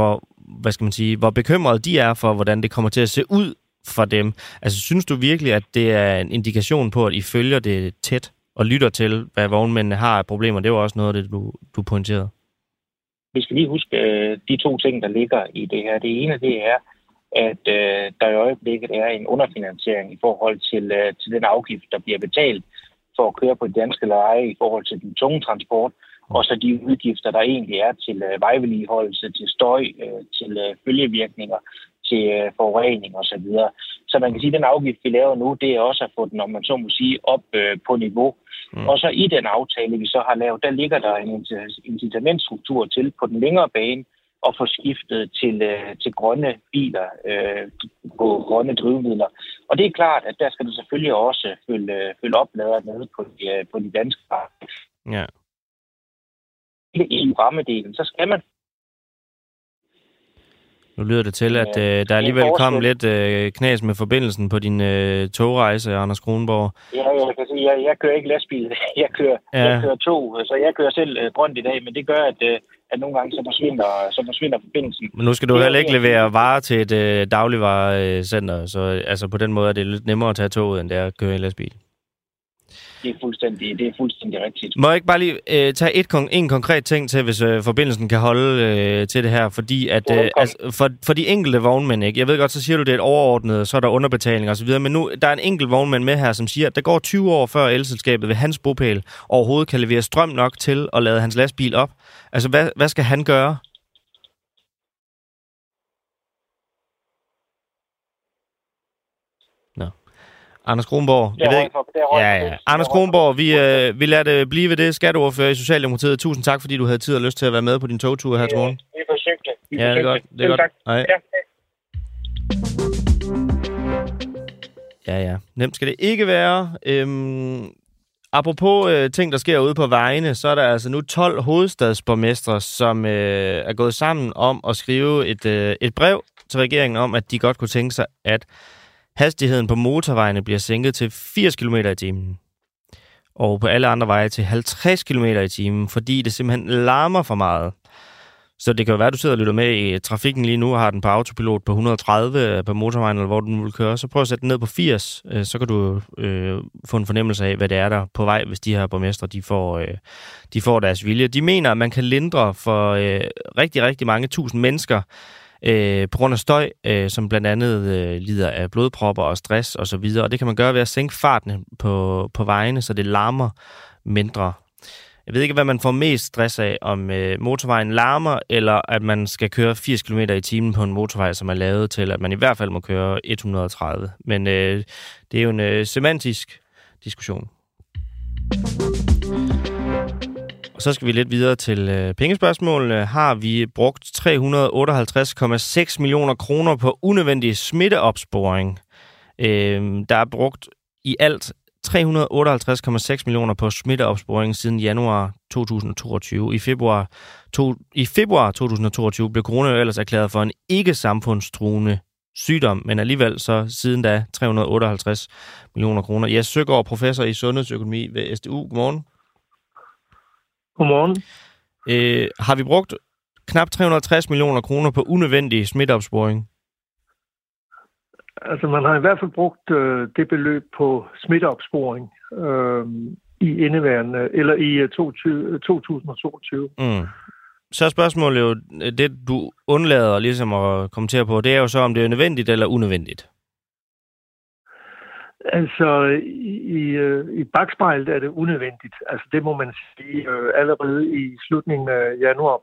hvor bekymrede de er for, hvordan det kommer til at se ud for dem. Altså, synes du virkelig, at det er en indikation på, at I følger det tæt og lytter til, hvad vognmændene har af problemer? Det var også noget af det, du pointerede. Vi skal lige huske de 2 ting, der ligger i det her. Det ene, det er, at der i øjeblikket er en underfinansiering i forhold til den afgift, der bliver betalt for at køre på det danske leje i forhold til den tunge transport, og så de udgifter, der egentlig er til vejvedligeholdelse, til støj, til følgevirkninger, til forurening osv. Så man kan sige, at den afgift, vi laver nu, det er også at få den, om man så må sige, op på niveau. Og så i den aftale, vi så har lavet, der ligger der en incitamentstruktur til på den længere bane at få skiftet til grønne biler på grønne drivmidler. Og det er klart, at der skal du selvfølgelig også følge oplader med på de danske marked. Ja. I rammedelen, så skal man. Nu lyder det til, at der alligevel kom lidt knas med forbindelsen på din togrejse, Anders Kronborg. Ja, jeg kan sige, jeg kører ikke lastbil. Jeg kører tog, så jeg kører selv grønt i dag, men det gør, at nogle gange så forsvinder forbindelsen. Men nu skal du heller ikke levere varer til et dagligvarecenter, så altså på den måde er det lidt nemmere at tage toget, end det er at køre i lastbil. Det er fuldstændig rigtigt. Må jeg ikke bare lige tage en konkret ting til, hvis forbindelsen kan holde til det her? Fordi at for de enkelte vognmænd, ikke? Jeg ved godt, så siger du, det er et overordnet, så er der underbetaling og så videre, men nu der er en enkelt vognmand med her, som siger, at der går 20 år før elselskabet ved hans bopæl overhovedet kan levere strøm nok til at lade hans lastbil op. Altså, hvad skal han gøre? Anders Kronborg, Anders Kronborg, vi lader det blive ved det, skatteordfører i Socialdemokratiet. Tusind tak, fordi du havde tid og lyst til at være med på din togtur her til morgen. Vi forsøgte. Ja, det er godt. Det er godt. Hej. Ja. Nemt skal det ikke være. Apropos ting, der sker ude på vejene, så er der altså nu 12 hovedstadsborgmestre, som er gået sammen om at skrive et brev til regeringen om, at de godt kunne tænke sig, at hastigheden på motorvejene bliver sænket til 80 km i timen. Og på alle andre veje til 50 km i timen, fordi det simpelthen larmer for meget. Så det kan jo være, at du sidder og lytter med i trafikken lige nu, og har den på autopilot på 130 på motorvejen, eller hvor du nu vil køre. Så prøv at sætte den ned på 80, så kan du få en fornemmelse af, hvad det er der på vej, hvis de her borgmestre de får deres vilje. De mener, at man kan lindre for rigtig, rigtig mange tusind mennesker, på grund af støj, som blandt andet lider af blodpropper og stress og så videre. Og det kan man gøre ved at sænke farten på vejene, så det larmer mindre. Jeg ved ikke, hvad man får mest stress af, om motorvejen larmer, eller at man skal køre 80 km i timen på en motorvej, som er lavet til, at man i hvert fald må køre 130. Men det er jo en semantisk diskussion. Så skal vi lidt videre til pengespørgsmålene. Har vi brugt 358,6 millioner kroner på unødvendig smitteopsporing? Der er brugt i alt 358,6 millioner på smitteopsporing siden januar 2022. I februar 2022 blev corona ellers erklæret for en ikke-samfundstruende sygdom, men alligevel så siden da 358 millioner kroner. Jes Søgaard, professor i sundhedsøkonomi ved SDU. Godmorgen. Godmorgen. Har vi brugt knap 360 millioner kroner på unødvendig smitteopsporing? Altså, man har i hvert fald brugt det beløb på smitteopsporing i indeværende, eller i 2022. Så er spørgsmålet jo, det du undlader ligesom at kommentere på, det er jo så, om det er nødvendigt eller unødvendigt. Altså, i bakspejlet er det unødvendigt. Altså, det må man sige. Allerede i slutningen af januar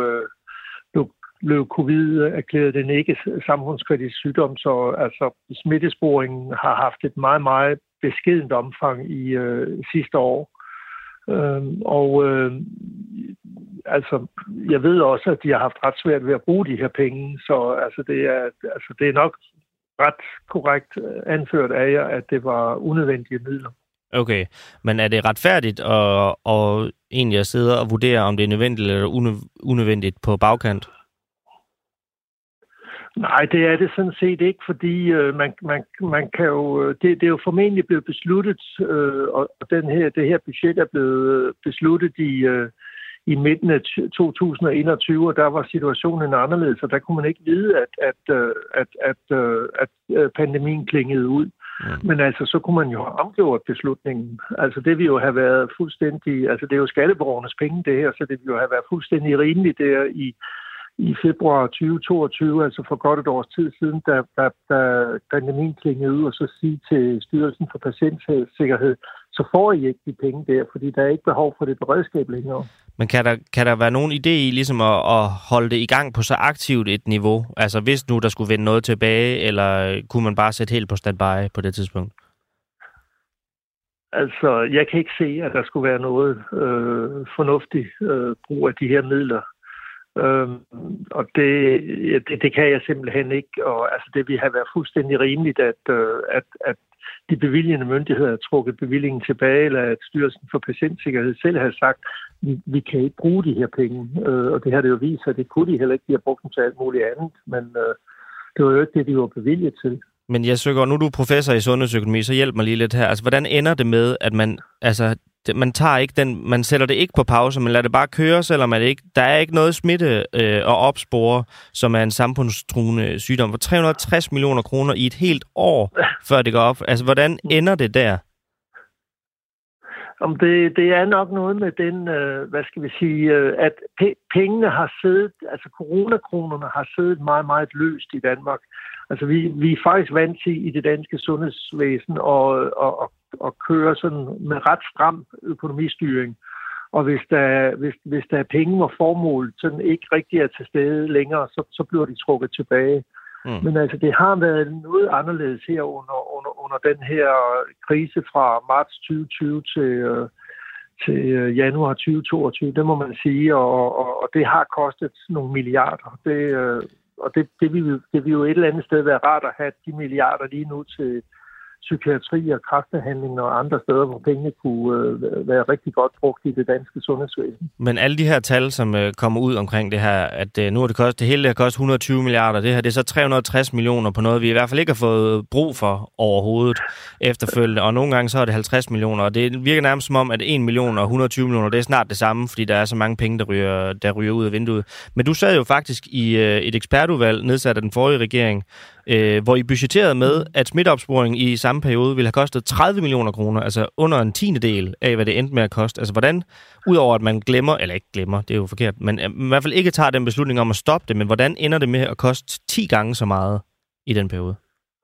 blev covid erklæret den ikke samfundskritisk sygdom, så altså, smittesporingen har haft et meget, meget beskedent omfang i sidste år. Altså, jeg ved også, at de har haft ret svært ved at bruge de her penge, så altså, det er nok ret korrekt anført af jer, at det var unødvendige midler. Okay, men er det retfærdigt at egentlig at sidde og vurdere, om det er nødvendigt eller unødvendigt på bagkant? Nej, det er det sådan set ikke, fordi man kan jo... Det er jo formentlig blevet besluttet, og det her budget er blevet besluttet i midten af 2021, og der var situationen anderledes, og der kunne man ikke vide, at pandemien klingede ud. Men altså, så kunne man jo have omgjort beslutningen. Altså, det ville jo have været fuldstændig... Altså, det er jo skatteborgernes penge, det her, så det ville jo have været fuldstændig rimeligt der i februar 2022, altså for godt et års tid siden, da pandemien klingede ud, og så sige til Styrelsen for Patientsikkerhed, så får I ikke de penge der, fordi der er ikke behov for det beredskab længere. Men kan der være nogen idé i ligesom at holde det i gang på så aktivt et niveau? Altså hvis nu der skulle vende noget tilbage, eller kunne man bare sætte helt på standby på det tidspunkt? Altså, jeg kan ikke se, at der skulle være noget fornuftigt brug af de her midler. Og det kan jeg simpelthen ikke. Og altså, det vil have været fuldstændig rimeligt, at de bevilgende myndigheder har trukket bevillingen tilbage, eller at Styrelsen for Patientsikkerhed selv har sagt, vi kan ikke bruge de her penge. Og det har det jo vist sig, at det kunne de heller ikke. De har brugt dem til alt muligt andet, men det var jo ikke det, de var bevilget til. Men jeg søger, nu er du professor i sundhedsøkonomi, så hjælp mig lige lidt her. Altså, hvordan ender det med, at man tager ikke man sætter det ikke på pause, men lader det bare køre, selvom der er ikke noget smitte at opspore, som er en samfundstruende sygdom, for 360 millioner kroner i et helt år, før det går op. Altså, hvordan ender det der? Det er nok noget med den, at pengene har siddet, altså coronakronerne har siddet meget, meget løst i Danmark. Altså, vi er faktisk vant til i det danske sundhedsvæsen at køre sådan med ret stram økonomistyring. Og hvis der er penge, hvor formålet sådan ikke rigtig er til stede længere, så bliver de trukket tilbage. Men altså, det har været noget anderledes her under den her krise fra marts 2020 til januar 2022, det må man sige, og det har kostet nogle milliarder. Det vil jo et eller andet sted være rart at have de milliarder lige nu til psykiatri og kræftbehandling og andre steder, hvor pengene kunne være rigtig godt brugt i det danske sundhedsvæsen. Men alle de her tal, som kommer ud omkring det her, at nu er det hele har kostet 120 milliarder, det her det er så 360 millioner på noget, vi i hvert fald ikke har fået brug for overhovedet efterfølgende, og nogle gange så er det 50 millioner, og det virker nærmest som om, at 1 million og 120 millioner, det er snart det samme, fordi der er så mange penge, der ryger ud af vinduet. Men du sad jo faktisk i et ekspertudvalg nedsat af den forrige regering, hvor I budgetterede med, at smitteopsporing i samme periode ville have kostet 30 millioner kroner, altså under en tiendedel af, hvad det endte med at koste. Altså hvordan, udover at man glemmer, eller ikke glemmer, det er jo forkert, men i hvert fald ikke tager den beslutning om at stoppe det, men hvordan ender det med at koste 10 gange så meget i den periode?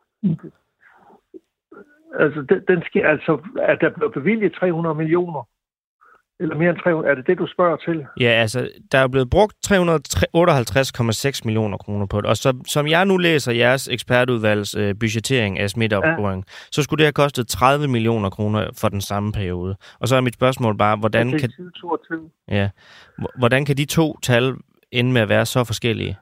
Altså, den sker altså, at der blev bevilget 300 millioner. Eller mere end 300. Er det du spørger til? Ja, altså, der er blevet brugt 358,6 millioner kroner på det. Og så, som jeg nu læser jeres ekspertudvalgs budgettering af smitteopsporing, så skulle det have kostet 30 millioner kroner for den samme periode. Og så er mit spørgsmål bare, hvordan kan de to tal ende med at være så forskellige?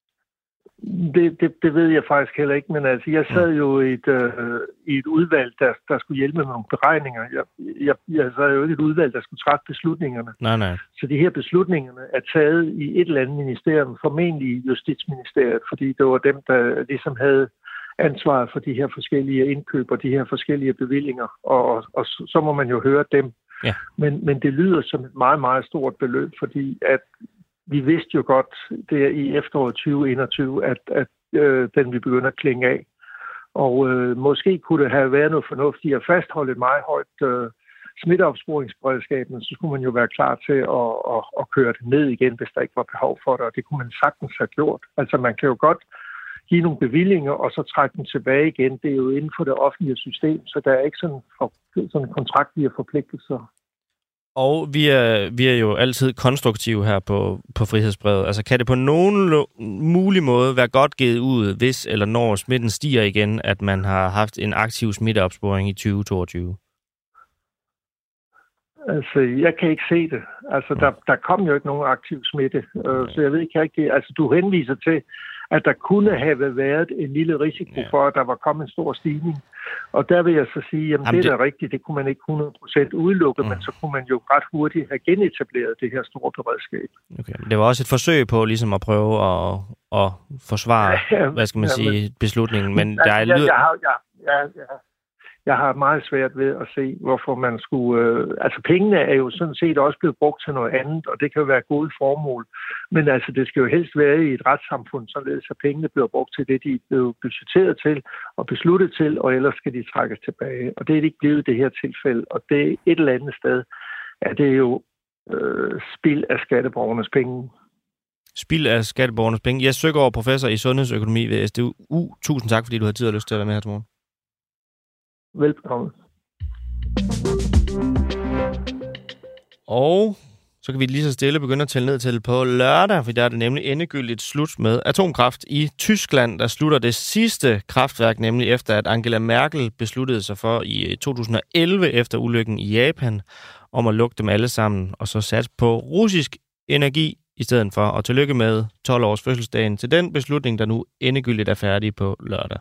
Det ved jeg faktisk heller ikke, men altså, jeg sad jo i et udvalg, der skulle hjælpe med nogle beregninger. Jeg sad jo i et udvalg, der skulle træffe beslutningerne. Nej. Så de her beslutningerne er taget i et eller andet ministerium, formentlig Justitsministeriet, fordi det var dem, der ligesom havde ansvaret for de her forskellige indkøb og de her forskellige bevillinger, og så må man jo høre dem. Ja. Men det lyder som et meget, meget stort beløb, fordi at vi vidste jo godt, det er i efteråret 2021, at den vil begynde at klinge af. Og måske kunne det have været noget fornuftigt at fastholde et meget højt smitteopsporingsberedskab, men så skulle man jo være klar til at køre det ned igen, hvis der ikke var behov for det, og det kunne man sagtens have gjort. Altså man kan jo godt give nogle bevillinger, og så trække dem tilbage igen. Det er jo inden for det offentlige system, så der er ikke sådan kontraktlige forpligtelser. Og vi er jo altid konstruktive her på Frihedsbrevet. Altså kan det på nogen mulig måde være godt givet ud, hvis eller når smitten stiger igen, at man har haft en aktiv smitteopsporing i 2022? Altså, jeg kan ikke se det. Altså, der kom jo ikke nogen aktiv smitte, så jeg ved ikke rigtigt. Altså, du henviser til, at der kunne have været en lille risiko for, at der var kommet en stor stigning. Og der vil jeg så sige, jamen det er da rigtigt, det kunne man ikke 100% udelukke, men så kunne man jo ret hurtigt have genetableret det her store beredskab. Okay. Det var også et forsøg på ligesom at prøve at forsvare, hvad skal man sige, beslutningen, men der er Jeg har meget svært ved at se, hvorfor man skulle... altså, pengene er jo sådan set også blevet brugt til noget andet, og det kan jo være gode formål. Men altså, det skal jo helst være i et retssamfund, således at pengene bliver brugt til det, de blev budgetteret til og besluttet til, og ellers skal de trækkes tilbage. Og det er det ikke blevet i det her tilfælde. Og det er et eller andet sted, at det er jo spild af skatteborgernes penge. Spild af skatteborgernes penge. Jeg søger over professor i sundhedsøkonomi ved SDU. Tusind tak, fordi du har tid og lyst til at være med her til morgen. Velkommen. Og så kan vi lige så stille begynde at tælle ned til på lørdag, for der er det nemlig endegyldigt slut med atomkraft i Tyskland. Der slutter det sidste kraftværk, nemlig efter at Angela Merkel besluttede sig for i 2011 efter ulykken i Japan, om at lukke dem alle sammen, og så satse på russisk energi i stedet for. Og tillykke med 12 års fødselsdagen til den beslutning, der nu endegyldigt er færdig på lørdag.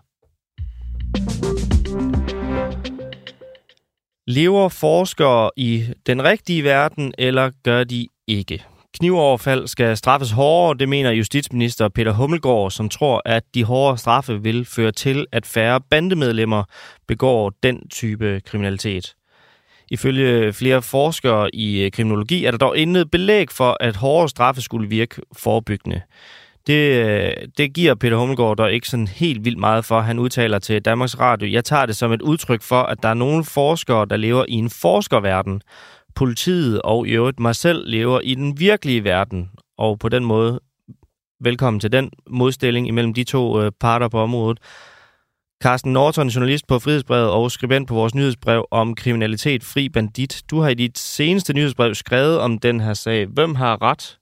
Lever forskere i den rigtige verden, eller gør de ikke? Knivoverfald skal straffes hårdere, det mener justitsminister Peter Hummelgaard, som tror, at de hårde straffe vil føre til, at færre bandemedlemmer begår den type kriminalitet. Ifølge flere forskere i kriminologi er der dog intet belæg for, at hårde straffe skulle virke forebyggende. Det giver Peter Hummelgaard dog ikke sådan helt vildt meget for. Han udtaler til Danmarks Radio: "Jeg tager det som et udtryk for, at der er nogle forskere, der lever i en forskerverden. Politiet og i øvrigt mig selv lever i den virkelige verden." Og på den måde, velkommen til den modstilling imellem de to parter på området. Carsten Norton, journalist på Frihedsbrevet og skribent på vores nyhedsbrev om kriminalitet Fri Bandit. Du har i dit seneste nyhedsbrev skrevet om den her sag. Hvem har ret?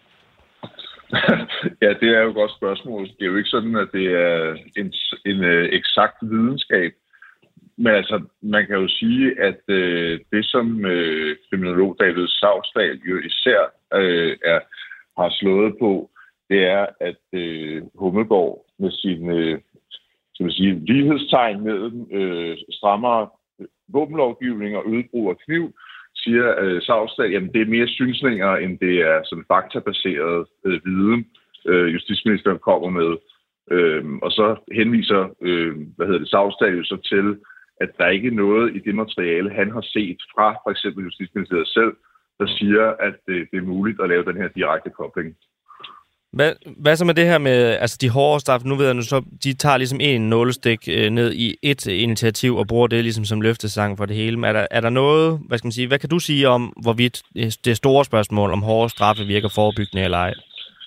Ja, det er jo et godt spørgsmål. Det er jo ikke sådan, at det er en eksakt videnskab. Men altså, man kan jo sige, at det som kriminolog David Sausdal jo især har slået på, det er, at Hummelgaard med sin lighedstegn mellem strammere våbenlovgivning og øget brug af kniv, siger Sausdal, jamen det er mere synsninger, end det er sådan faktabaseret viden, justitsministeren kommer med. Og så henviser Sausdal jo så til, at der ikke er noget i det materiale, han har set fra for eksempel Justitsministeriet selv, der siger, at det er muligt at lave den her direkte kobling. Hvad så med det her med altså de hårde straf? Nu ved jeg nu så, de tager ligesom en nålestik ned i et initiativ og bruger det ligesom som løftesang for det hele. Men er der noget, hvad kan du sige om, hvorvidt det store spørgsmål om hårde straffe virker forebyggende eller ej?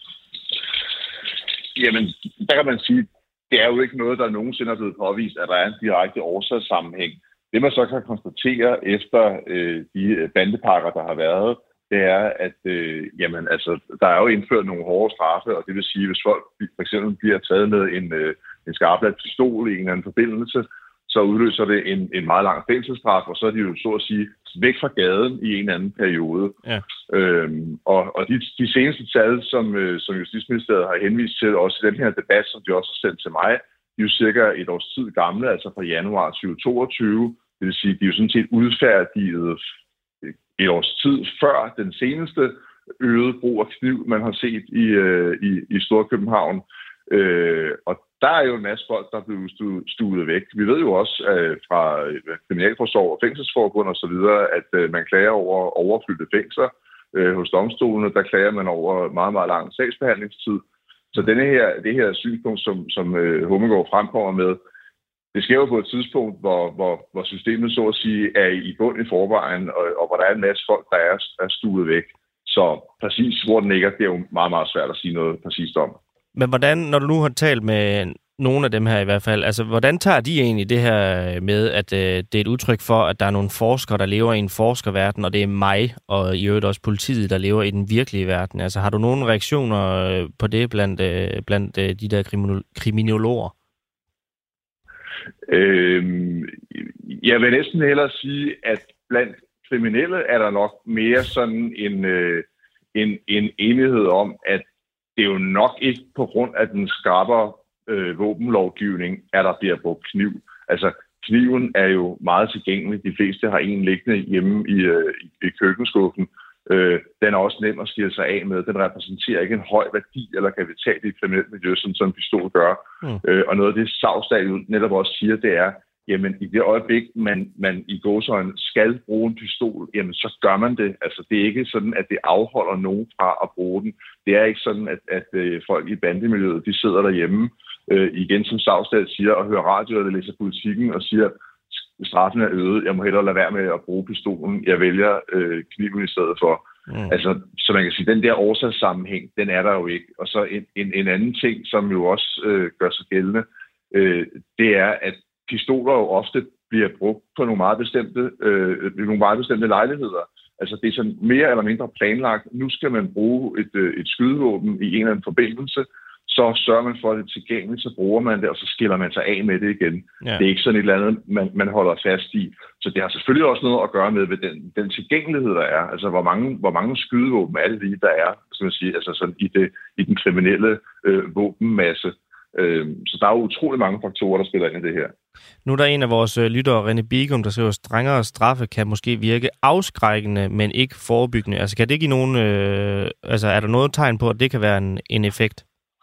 Jamen, der kan man sige, det er jo ikke noget, der nogensinde er blevet påvist, at der er en direkte årsagssammenhæng. Det man så kan konstatere efter de bandepakker, der har været, det er, at der er jo indført nogle hårde straffe, og det vil sige, hvis folk for eksempel bliver taget med en skarpladt pistol i en eller anden forbindelse, så udløser det en meget lang fængselsstraf, og så er de jo så at sige væk fra gaden i en eller anden periode. Ja. Og de seneste tal, som Justitsministeriet har henvist til, også i den her debat, som de også har sendt til mig, de er jo cirka et års tid gamle, altså fra januar 2022. Det vil sige, de er jo sådan set udfærdiget et års tid før den seneste øgede brug af kniv, man har set i Storkøbenhavn. Og der er jo en masse folk, der er blevet stuet væk. Vi ved jo også fra Kriminalforsorg og Fængselsforbund og så videre, at man klager over overfyldte fængsler. Hos domstolene, der klager man over meget, meget lang sagsbehandlingstid. Så det her synspunkt, som Hummelgaard fremkommer med, det sker jo på et tidspunkt, hvor systemet så at sige er i bund i forvejen, og hvor der er en masse folk, der er stuet væk. Så præcis hvor den ligger, det er jo meget, meget svært at sige noget præcist om. Men hvordan, når du nu har talt med nogle af dem her i hvert fald, altså hvordan tager de egentlig det her med, at det er et udtryk for, at der er nogle forskere, der lever i en forskerverden, og det er mig, og i øvrigt også politiet, der lever i den virkelige verden? Altså har du nogle reaktioner på det blandt de der kriminologer? Jeg vil næsten hellere sige, at blandt kriminelle er der nok mere sådan en enighed om, at det er jo nok ikke på grund af den skarpere våbenlovgivning, at der bliver brugt kniv. Altså, kniven er jo meget tilgængelig. De fleste har en liggende hjemme i køkkenskuffen. Den er også nem at skille sig af med. Den repræsenterer ikke en høj værdi eller kapital i et kriminelt miljø, som sådan en pistol gør. Og noget af det, Sausdal jo netop også siger, det er, jamen i det øjeblik, man i gåseøjne skal bruge en pistol, jamen så gør man det. Altså det er ikke sådan, at det afholder nogen fra at bruge den. Det er ikke sådan, at folk i bandemiljøet, de sidder derhjemme, igen som Sausdal siger, og hører radio eller læser Politikken og siger, straffen er øget, jeg må hellere lade være med at bruge pistolen, jeg vælger kniven i stedet for. Altså, så man kan sige, den der årsagssammenhæng, den er der jo ikke. Og så en anden ting, som jo også gør sig gældende, det er, at pistoler jo ofte bliver brugt på nogle meget bestemte lejligheder. Altså det er sådan mere eller mindre planlagt. Nu skal man bruge et skydevåben i en eller anden forbindelse, så sørger man for det tilgængeligt, så bruger man det, og så skiller man sig af med det igen. Ja. Det er ikke sådan et eller andet, man holder fast i. Så det har selvfølgelig også noget at gøre med den tilgængelighed, der er. Altså hvor mange skydevåben er det lige, der er, skal man sige, altså sådan i den kriminelle våbenmasse. Så der er jo utrolig mange faktorer, der spiller ind i det her. Nu er der en af vores lyttere, René Bigum, der skriver, strengere straffe kan måske virke afskrækkende, men ikke forebyggende. Altså kan det give nogen... er der noget tegn på, at det kan være en effekt?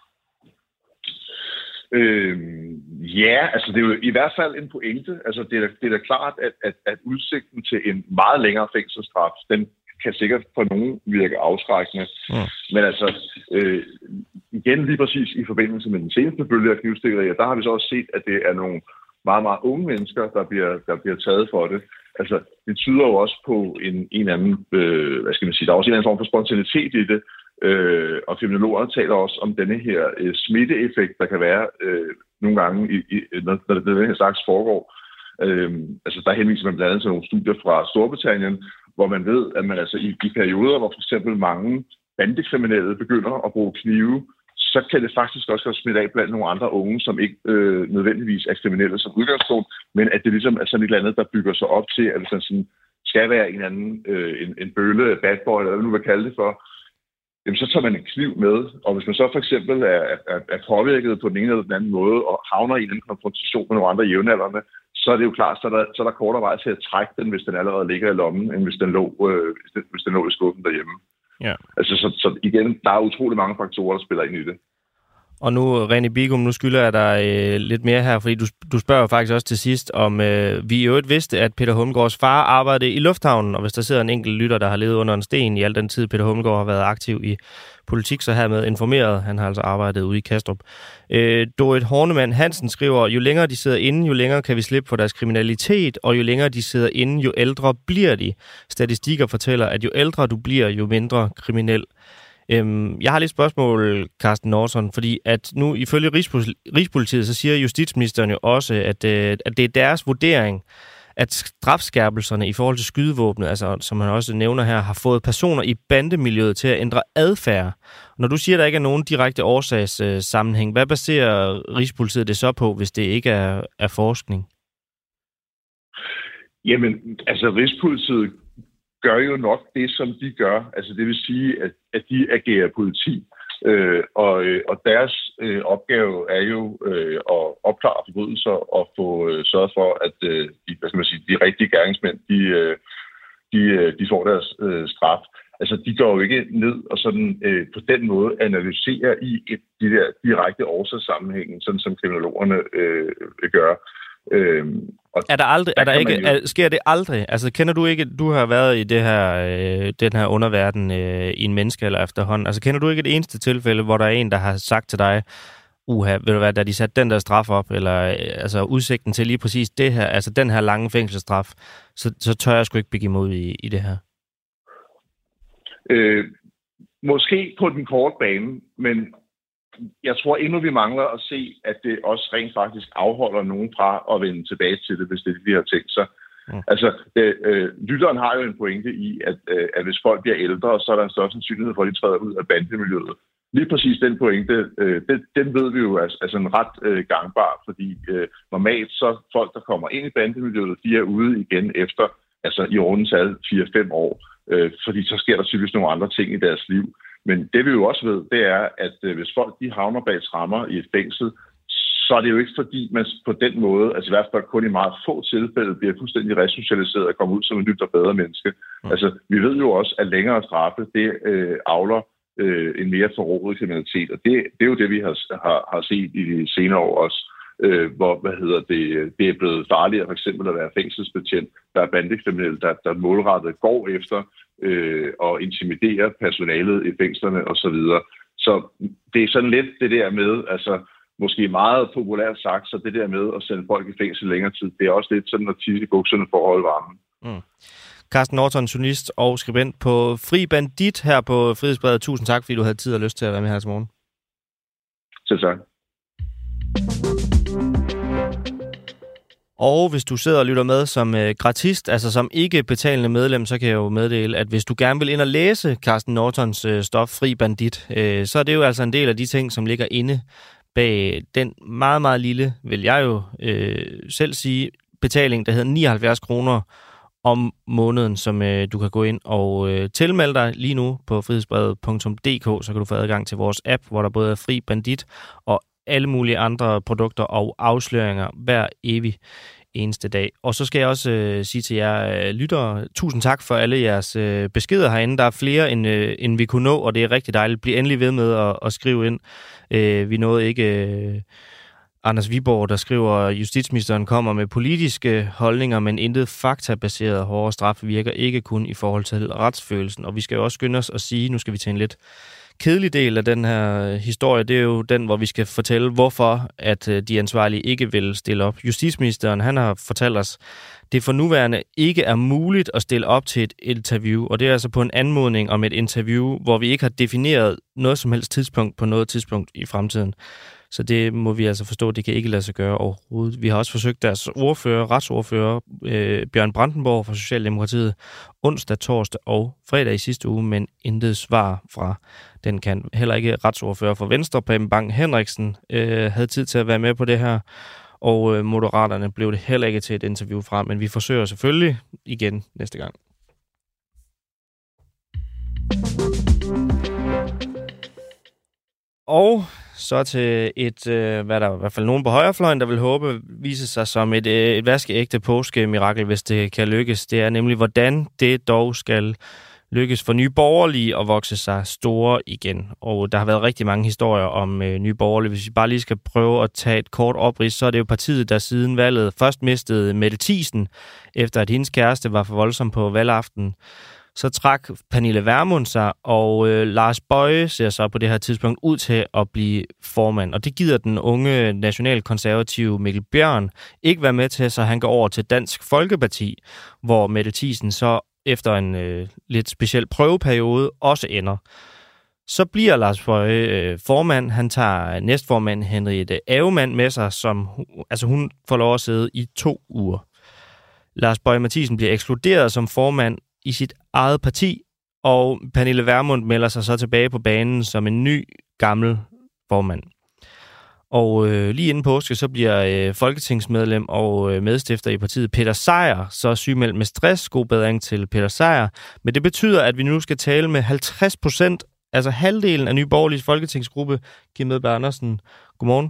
Ja, altså det er jo i hvert fald en pointe. Altså det er da klart, at udsigten til en meget længere fængselsstraf, den kan sikkert for nogen virke afskrækkende. Men altså, igen lige præcis i forbindelse med den seneste bølge af knivstikkerier, der har vi så også set, at det er nogle meget, meget unge mennesker, der bliver taget for det. Altså, det tyder jo også på en anden, hvad skal man sige, der er også en anden form for spontanitet i det, og kriminologer taler også om denne her smitteeffekt, der kan være nogle gange, når den her slags foregår. Altså, der henviser man blandt andet til nogle studier fra Storbritannien, hvor man ved, at man altså i perioder, hvor for eksempel mange bandekriminelle begynder at bruge knive, så kan det faktisk også smitte af blandt nogle andre unge, som ikke nødvendigvis er kriminelle som udgangspunkt, men at det ligesom er sådan et eller andet, der bygger sig op til, at det sådan skal være en anden, en bølle, bad boy, eller hvad man nu vil kalde det for, jamen så tager man en kniv med, og hvis man så for eksempel er påvirket på den ene eller den anden måde, og havner i en konfrontation med nogle andre jævnaldrende, så er det jo klart, så er der kortere vej til at trække den, hvis den allerede ligger i lommen, end hvis den lå i skuffen derhjemme. Ja. Altså, så igen, der er utrolig mange faktorer, der spiller ind i det. Og nu, René Bigum, nu skylder jeg dig lidt mere her, fordi du spørger faktisk også til sidst, om vi i øvrigt vidste, at Peter Hummelgaards far arbejdede i lufthavnen, og hvis der sidder en enkelt lytter, der har levet under en sten i al den tid, Peter Hummelgaard har været aktiv i politik, så hermed informeret. Han har altså arbejdet ude i Kastrup. Dorit Hornemann Hansen skriver, jo længere de sidder inde, jo længere kan vi slippe for deres kriminalitet, og jo længere de sidder inde, jo ældre bliver de. Statistikker fortæller, at jo ældre du bliver, jo mindre kriminel. Jeg har lidt spørgsmål, Carsten Norton, fordi at nu ifølge Rigspolitiet, så siger justitsministeren jo også, at det er deres vurdering, at strafskærpelserne i forhold til skydevåbnet, altså som han også nævner her, har fået personer i bandemiljøet til at ændre adfærd. Når du siger, at der ikke er nogen direkte årsagssammenhæng, hvad baserer Rigspolitiet det så på, hvis det ikke er forskning? Jamen, altså Rigspolitiet gør jo nok det, som de gør. Altså det vil sige, at de agerer politi. Og deres opgave er jo at opklare forbrydelser og få sørget for, at de rigtige gerningsmænd, de får deres straf. Altså de går jo ikke ned og sådan på den måde analyserer i de der direkte årsagssammenhænge, sådan som kriminologerne gør. Sker det aldrig? Altså kender du ikke, du har været i den her underverden i en menneskealder efterhånden. Altså kender du ikke et eneste tilfælde, hvor der er en, der har sagt til dig, ved du hvad, da de satte den der straf op, eller altså udsigten til lige præcis det her, altså den her lange fængselsstraf, så tør jeg sgu ikke begive mig ud i det her? Måske på den korte bane, men jeg tror endnu, vi mangler at se, at det også rent faktisk afholder nogen fra at vende tilbage til det, hvis det er det, de har tænkt sig. Altså, lytteren har jo en pointe i, at hvis folk bliver ældre, så er der en større sandsynlighed for, at de træder ud af bandemiljøet. Lige præcis den pointe, den ved vi jo er sådan ret gangbar, fordi normalt så folk, der kommer ind i bandemiljøet, de er ude igen efter, altså i rundetal 4-5 år, fordi så sker der typisk nogle andre ting i deres liv. Men det vi jo også ved, det er, at hvis folk de havner bag tremmer i et fængsel, så er det jo ikke fordi, man på den måde, altså i hvert fald kun i meget få tilfælde, bliver fuldstændig resocialiseret og kommer ud som et nyt og bedre menneske. Altså vi ved jo også, at længere straffe, det avler en mere forrådet kriminalitet, og det er jo det, vi har set i de senere år også, hvor det er blevet farligere for eksempel at være fængselsbetjent, der er bandekriminelle, der målrettet går efter og intimiderer personalet i fængslerne osv. Så det er sådan lidt det der med, altså måske meget populært sagt, så det der med at sende folk i fængsel længere tid, det er også lidt sådan at tisse i bukserne for at holde varmen. Carsten Norton, journalist og skribent på Fri Bandit her på Frihedsbrevet. Tusind tak, fordi du havde tid og lyst til at være med her til morgen. Selv tak. Og hvis du sidder og lytter med som gratist, altså som ikke betalende medlem, så kan jeg jo meddele, at hvis du gerne vil ind og læse Carsten Nortons stof Fri Bandit, så er det jo altså en del af de ting, som ligger inde bag den meget, meget lille, vil jeg jo selv sige, betaling, der hedder 79 kroner om måneden, som du kan gå ind og tilmelde dig lige nu på frihedsbrevet.dk, så kan du få adgang til vores app, hvor der både er Fri Bandit og alle mulige andre produkter og afsløringer hver evig eneste dag. Og så skal jeg også sige til jer lyttere, tusind tak for alle jeres beskeder herinde. Der er flere, end vi kunne nå, og det er rigtig dejligt. Bliv endelig ved med at skrive ind. Vi nåede ikke Anders Viborg, der skriver, justitsministeren kommer med politiske holdninger, men intet faktabaseret hårdere straf virker ikke kun i forhold til retsfølelsen. Og vi skal jo også skynde os at sige, nu skal vi til en lidt kedelig del af den her historie, det er jo den, hvor vi skal fortælle, hvorfor at de ansvarlige ikke vil stille op. Justitsministeren, han har fortalt os, det for nuværende ikke er muligt at stille op til et interview, og det er altså på en anmodning om et interview, hvor vi ikke har defineret noget som helst tidspunkt på noget tidspunkt i fremtiden. Så det må vi altså forstå, det kan ikke lade sig gøre overhovedet. Vi har også forsøgt deres retsordfører, Bjørn Brandenborg fra Socialdemokratiet, onsdag, torsdag og fredag i sidste uge, men intet svar fra den kant. Heller ikke retsordfører for Venstre, Preben Bang Henriksen, havde tid til at være med på det her, og Moderaterne blev det heller ikke til et interview fra, men vi forsøger selvfølgelig igen næste gang. Og så til hvad der i hvert fald nogen på højrefløjen, der vil håbe vise sig som et vaskeægte påskemirakel, hvis det kan lykkes. Det er nemlig, hvordan det dog skal lykkes for Nye Borgerlige at vokse sig store igen. Og der har været rigtig mange historier om Nye Borgerlige. Hvis vi bare lige skal prøve at tage et kort oprids, så er det jo partiet, der siden valget først mistede Mette Thiesen, efter at hendes kæreste var for voldsom på valgaften. Så trak Pernille Vermund sig, og Lars Boje ser så på det her tidspunkt ud til at blive formand. Og det gider den unge nationalkonservative Mikkel Bjørn ikke være med til, så han går over til Dansk Folkeparti, hvor Mette Thiesen så efter en lidt speciel prøveperiode også ender. Så bliver Lars Boje formand. Han tager næstformand Henriette Avemann med sig, som hun får lov at sidde i 2 uger. Lars Boje Mathiesen bliver ekskluderet som formand i sit eget parti, og Pernille Vermund melder sig så tilbage på banen som en ny, gammel formand. Og lige inden påske, så bliver folketingsmedlem og medstifter i partiet Peter Sejer så sygemeldt med stress. God bedring til Peter Sejer. Men det betyder, at vi nu skal tale med 50%, altså halvdelen af Nye Borgerliges folketingsgruppe. Kim Edberg Andersen, godmorgen.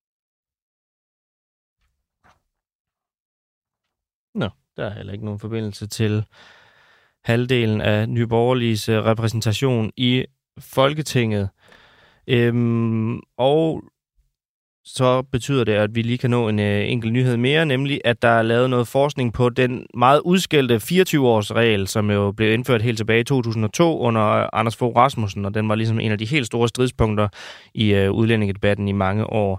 Nå, der er heller ikke nogen forbindelse til halvdelen af Nye Borgerliges repræsentation i Folketinget. Og så betyder det, at vi lige kan nå en enkelt nyhed mere, nemlig at der er lavet noget forskning på den meget udskældte 24-års-regel, som jo blev indført helt tilbage i 2002 under Anders Fogh Rasmussen, og den var ligesom en af de helt store stridspunkter i udlændingedebatten i mange år.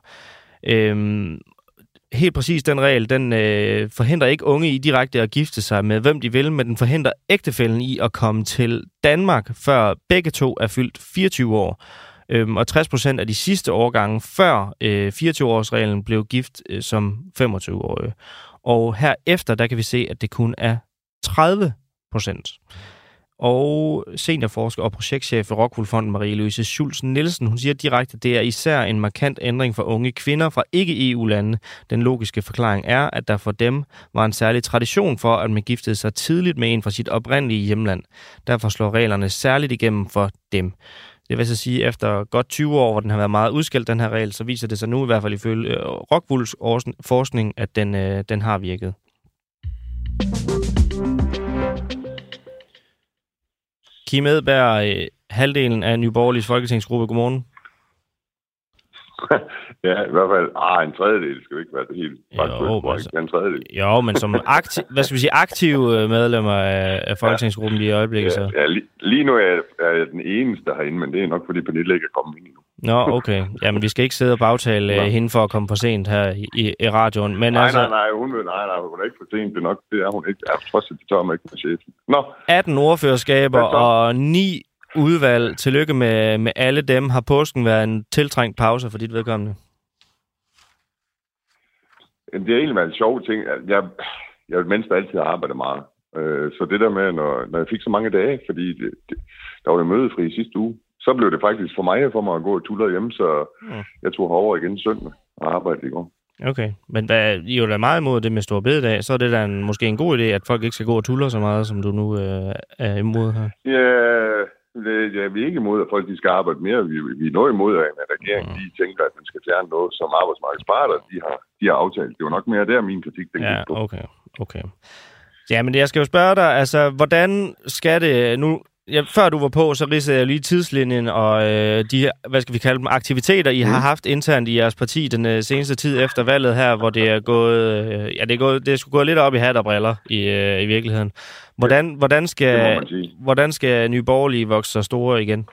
Helt præcis den regel, den forhindrer ikke unge i direkte at gifte sig med hvem de vil, men den forhindrer ægtefællen i at komme til Danmark, før begge to er fyldt 24 år. Og 60% af de sidste årgange før 24-årsreglen blev gift som 25-årige. Og herefter, der kan vi se, at det kun er 30%. Og seniorforsker og projektchef ved Rockwool Fonden, Marie-Louise Schultz Nielsen, hun siger direkte, at det er især en markant ændring for unge kvinder fra ikke-EU-lande. Den logiske forklaring er, at der for dem var en særlig tradition for, at man giftede sig tidligt med en fra sit oprindelige hjemland. Derfor slår reglerne særligt igennem for dem. Det vil så sige, at efter godt 20 år, hvor den har været meget udskældt, den her regel, så viser det sig nu i hvert fald ifølge Rockwools forskning, at den har virket. Kim Edberg, halvdelen af Nye Borgerliges folketingsgruppe. Godmorgen. Ja, i hvert fald. En tredjedel skal jo ikke være det helt. En tredjedel. Jo, men som aktive medlemmer af folketingsgruppen lige i øjeblikket, så. Ja, lige nu er jeg den eneste herinde, men det er nok, fordi Pernille ikke er kommet ind endnu. Nå, okay. Jamen, vi skal ikke sidde og bagtale hende for at komme for sent her i radioen. Men nej, altså... hun er ikke for sent. Det er nok, det er hun ikke. Jeg tror, at det tør mig ikke med chefen. Nå. 18 ordførerskaber og 9 udvalg. Tillykke med alle dem. Har påsken været en tiltrængt pause for dit vedkommende? Det har egentlig været en sjov ting. Jeg er et menneske, der altid har arbejdet meget. Så det der med, når jeg fik så mange dage, fordi der var det mødefri sidste uge, så blev det faktisk for mig at gå og tuller hjemme, så jeg tog herover igen søndag og arbejdede i går. Okay, men I er jo da meget imod det med Store Bededag, så er det da måske en god idé, at folk ikke skal gå og tuller så meget, som du nu er imod her. Ja, vi er ikke imod, at folk de skal arbejde mere. Vi er noget imod, at regeringen de tænker, at man skal fjerne noget, som arbejdsmarkedsparter de har aftalt. Det var nok mere der, min kritik. Ja, okay. Ja, men jeg skal jo spørge dig, altså, hvordan skal det nu... Ja, før du var på, så ridsede jeg lige tidslinjen og de, hvad skal vi kalde dem, aktiviteter, I har haft internt i jeres parti den seneste tid efter valget her, hvor det er gået, det skulle gå lidt op i hat og briller i virkeligheden. Hvordan skal Nye Borgerlige vokse så store igen?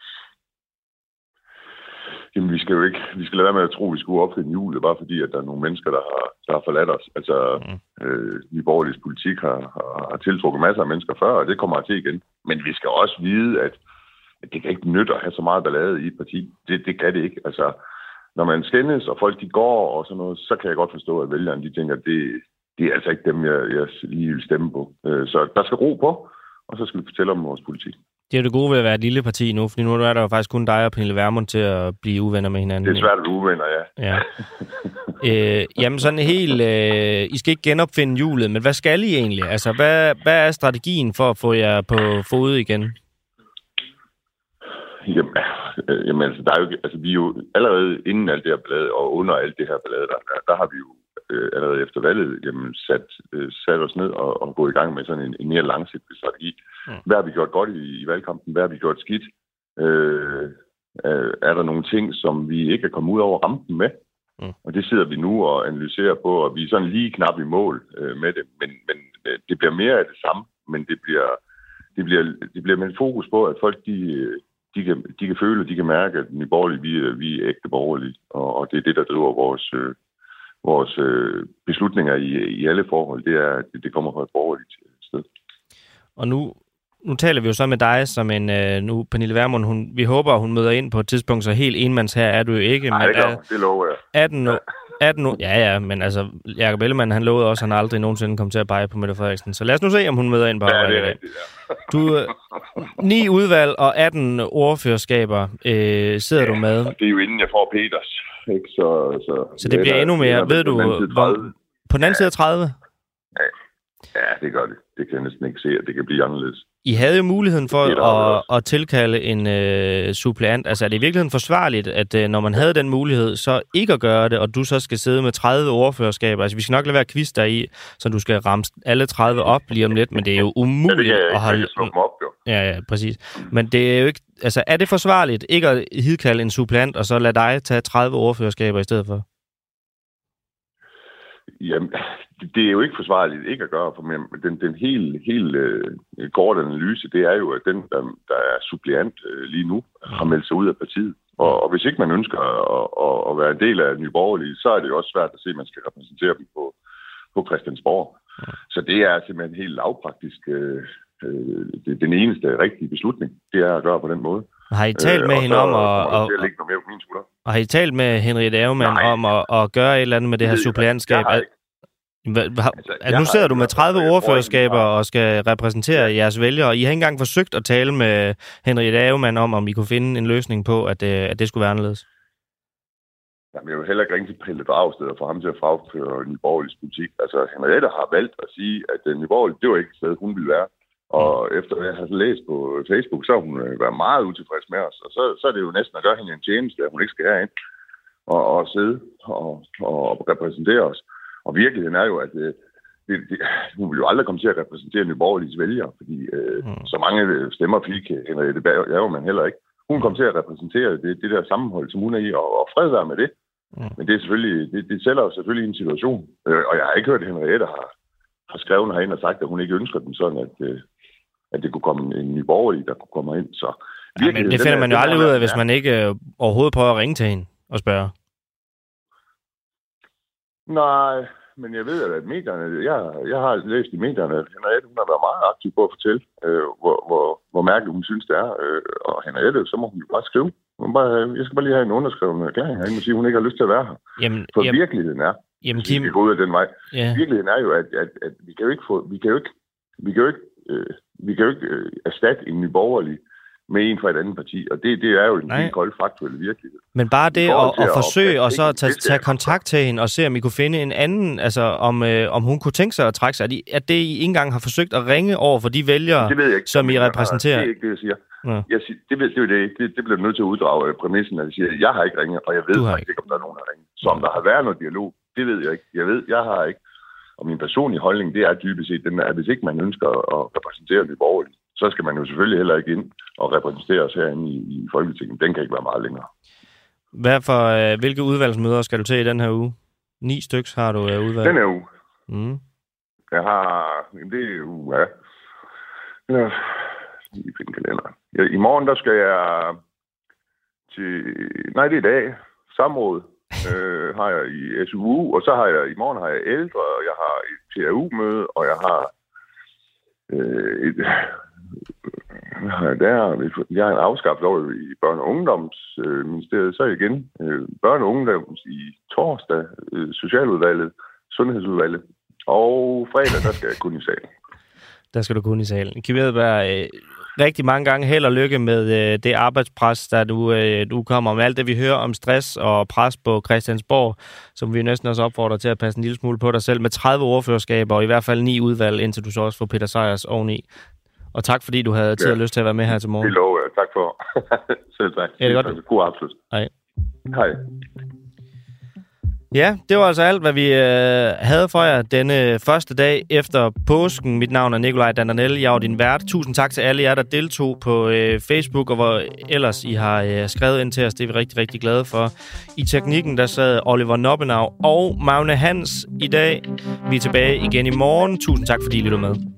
Jamen, vi skal lade være med at tro, at vi skulle opfinde hjulet, bare fordi, at der er nogle mennesker, der har forladt os. Altså, Nye Borgerliges politik har tiltrukket masser af mennesker før, og det kommer til igen. Men vi skal også vide, at det kan ikke nytte at have så meget ballade i et parti. Det kan det ikke. Altså, når man skændes, og folk de går og sådan noget, så kan jeg godt forstå, at vælgerne de tænker, at det er altså ikke dem, jeg lige vil stemme på. Så der skal ro på, og så skal vi fortælle om vores politik. Det er det gode ved at være et lille parti nu, fordi nu er der jo faktisk kun dig og Pernille Vermund til at blive uvenner med hinanden. Det er svært at blive uvenner, ja. Jamen sådan helt... I skal ikke genopfinde hjulet, men hvad skal I egentlig? Altså, hvad er strategien for at få jer på fod igen? Jamen altså, der er jo, altså, vi er jo allerede inden alt det her ballade, og under alt det her ballade, der har vi jo allerede efter valget sat os ned og gået i gang med sådan en mere langsigtet strategi. Hvad har vi gjort godt i valgkampen? Hvad har vi gjort skidt? Er der nogle ting, som vi ikke er kommet ud over rampen med? Og det sidder vi nu og analyserer på, og vi er sådan lige knap i mål med det. Men det bliver mere af det samme, men det bliver med fokus på, at folk de kan føle, de kan mærke, at Nye Borgerlige, vi er ægte borgerlige, og det er det, der driver vores beslutninger i alle forhold. Det er, at det kommer fra et borgerligt sted. Og nu taler vi jo så med dig som nu Pernille Vermund. Vi håber, hun møder ind på et tidspunkt, så helt enmands her er du jo ikke. Nej, det lover jeg. 18 år. Ja, men altså, Jakob Ellemann, han lovede også, at han aldrig nogensinde kom til at pege på Mette Frederiksen. Så lad os nu se, om hun møder ind på arbejde. Ja, det er rigtigt, ja. Du, 9 udvalg og 18 ordførerskaber sidder du med. Det er jo inden jeg får Peters. Ikke? Så det bliver endnu mere. Ved du, på den anden side af 30? Ja, det gør det. Det kan jeg næsten ikke se, at det kan blive anderledes. I havde jo muligheden for at tilkalde en suppleant. Altså er det i virkeligheden forsvarligt, at når man havde den mulighed, så ikke at gøre det, og du så skal sidde med 30 ordførerskaber? Altså vi skal nok lade være quiz deri, så du skal ramme alle 30 op lige om lidt, men det er jo umuligt at holde... Ja, præcis. Men det er jo ikke... Altså er det forsvarligt ikke at hidkalde en suppleant, og så lade dig tage 30 ordførerskaber i stedet for? Jamen, det er jo ikke forsvarligt ikke at gøre, for den helt korte analyse, det er jo, at den, der er suppleant lige nu, har meldt sig ud af partiet. Og hvis ikke man ønsker at være en del af Nye Borgerlige, så er det jo også svært at se, at man skal repræsentere dem på Christiansborg. Så det er simpelthen helt lavpraktisk. Den eneste rigtige beslutning, det er at gøre på den måde. Har I talt med hende om har I talt med Henriette Aumann om at gøre et eller andet med det her suppleantskab? Nu sidder du med 30 ordførerskaber og skal repræsentere jeres vælgere. I har ikke engang forsøgt at tale med Henriette Aumann om I kunne finde en løsning på, at det skulle være anderledes. Jamen, jeg vil heller ikke ringe til Pelle Dragsted og få ham til at fremføre Nye Borgerliges politik. Altså, Henriette har valgt at sige, at Nye Borgerlige, det var ikke et sted, hun ville være. Og efter jeg har læst på Facebook, så har hun været meget utilfreds med os. Og så er det jo næsten at gøre hende en tjeneste, at hun ikke skal herind og sidde og repræsentere os. Og virkeligheden er jo, at hun vil jo aldrig komme til at repræsentere Nye Borgerliges vælgere, fordi så mange stemmer fik Henriette Aumann heller ikke. Hun kom til at repræsentere det der sammenhold, som hun er i, og fred være med det. Men det er selvfølgelig, det sælger jo selvfølgelig en situation. Og jeg har ikke hørt, at Henriette har skrevet herind og sagt, at hun ikke ønsker den sådan, at det kunne komme en Ny Borgerlige, der kunne komme ind. Så men det finder man jo aldrig ud af, hvis man ikke overhovedet prøver at ringe til hende og spørge. Nej, men jeg ved, at medierne, jeg har læst i medierne, at Henriette, hun har været meget aktiv på at fortælle, hvor mærkeligt hun synes, det er. Og Henriette, så må hun jo bare skrive. Jeg skal bare lige have en underskrevet erklæring herinde og sige, at hun ikke har lyst til at være her. Virkeligheden er, Jamen, Kim... Vi skal gå ud af den vej. Ja. Virkeligheden er jo, at vi kan jo ikke erstatte en nyborgerlig med en fra et andet parti, og det er jo en helt kold faktuel virkelighed. Men bare det at forsøge og så tage kontakt til hende og se, om I kunne finde en anden, altså om hun kunne tænke sig at trække sig, at det I ikke engang har forsøgt at ringe over for de vælgere, som I repræsenterer. Det er ikke det, jeg siger. Ja. Det bliver nødt til at uddrage af præmissen, at jeg siger, at jeg har ikke ringet, og jeg ved faktisk ikke, om der er nogen, der har ringet. Så om der har været noget dialog, det ved jeg ikke. Jeg har ikke. Og min personlige holdning, det er dybest set den, at hvis ikke man ønsker at repræsentere de borgerlige, så skal man jo selvfølgelig heller ikke ind og repræsentere os herinde i Folketinget. Den kan ikke være meget længere. Hvilke udvalgsmøder skal du til i den her uge? 9 styks har du udvalg. Den her uge? Jeg har... Det er uge, ja. I finde kalenderen. I morgen, der skal jeg til... Nej, det er i dag. Samråd har jeg i SUU, og så har jeg... I morgen har jeg ældre, og jeg har et TRU-møde, og jeg har... Jeg har en afskaffelse over i Børne- og Ungdomsministeriet, så igen Børne- og Ungdoms i torsdag, Socialudvalget, Sundhedsudvalget, og fredag, der skal jeg kun i salen. Der skal du kun i salen. Kim Edberg, rigtig mange gange held og lykke med det arbejdspres, der du kommer med alt det, vi hører om stress og pres på Christiansborg, som vi næsten også opfordrer til at passe en lille smule på dig selv, med 30 ordførerskaber og i hvert fald 9 udvalg, indtil du så også får Peter Sejers oveni. Og tak, fordi du havde tid og lyst til at være med her til morgen. Det lover jeg. Tak for. Selv tak. Ja, det er godt. God afslut. Hej. Hej. Ja, det var altså alt, hvad vi havde for jer denne første dag efter påsken. Mit navn er Nikolaj Dannernelle. Jeg er din vært. Tusind tak til alle jer, der deltog på Facebook, og hvor ellers I har skrevet ind til os. Det er vi rigtig, rigtig glade for. I teknikken, der sad Oliver Noppenau og Magne Hans i dag. Vi er tilbage igen i morgen. Tusind tak, fordi I lyttede med.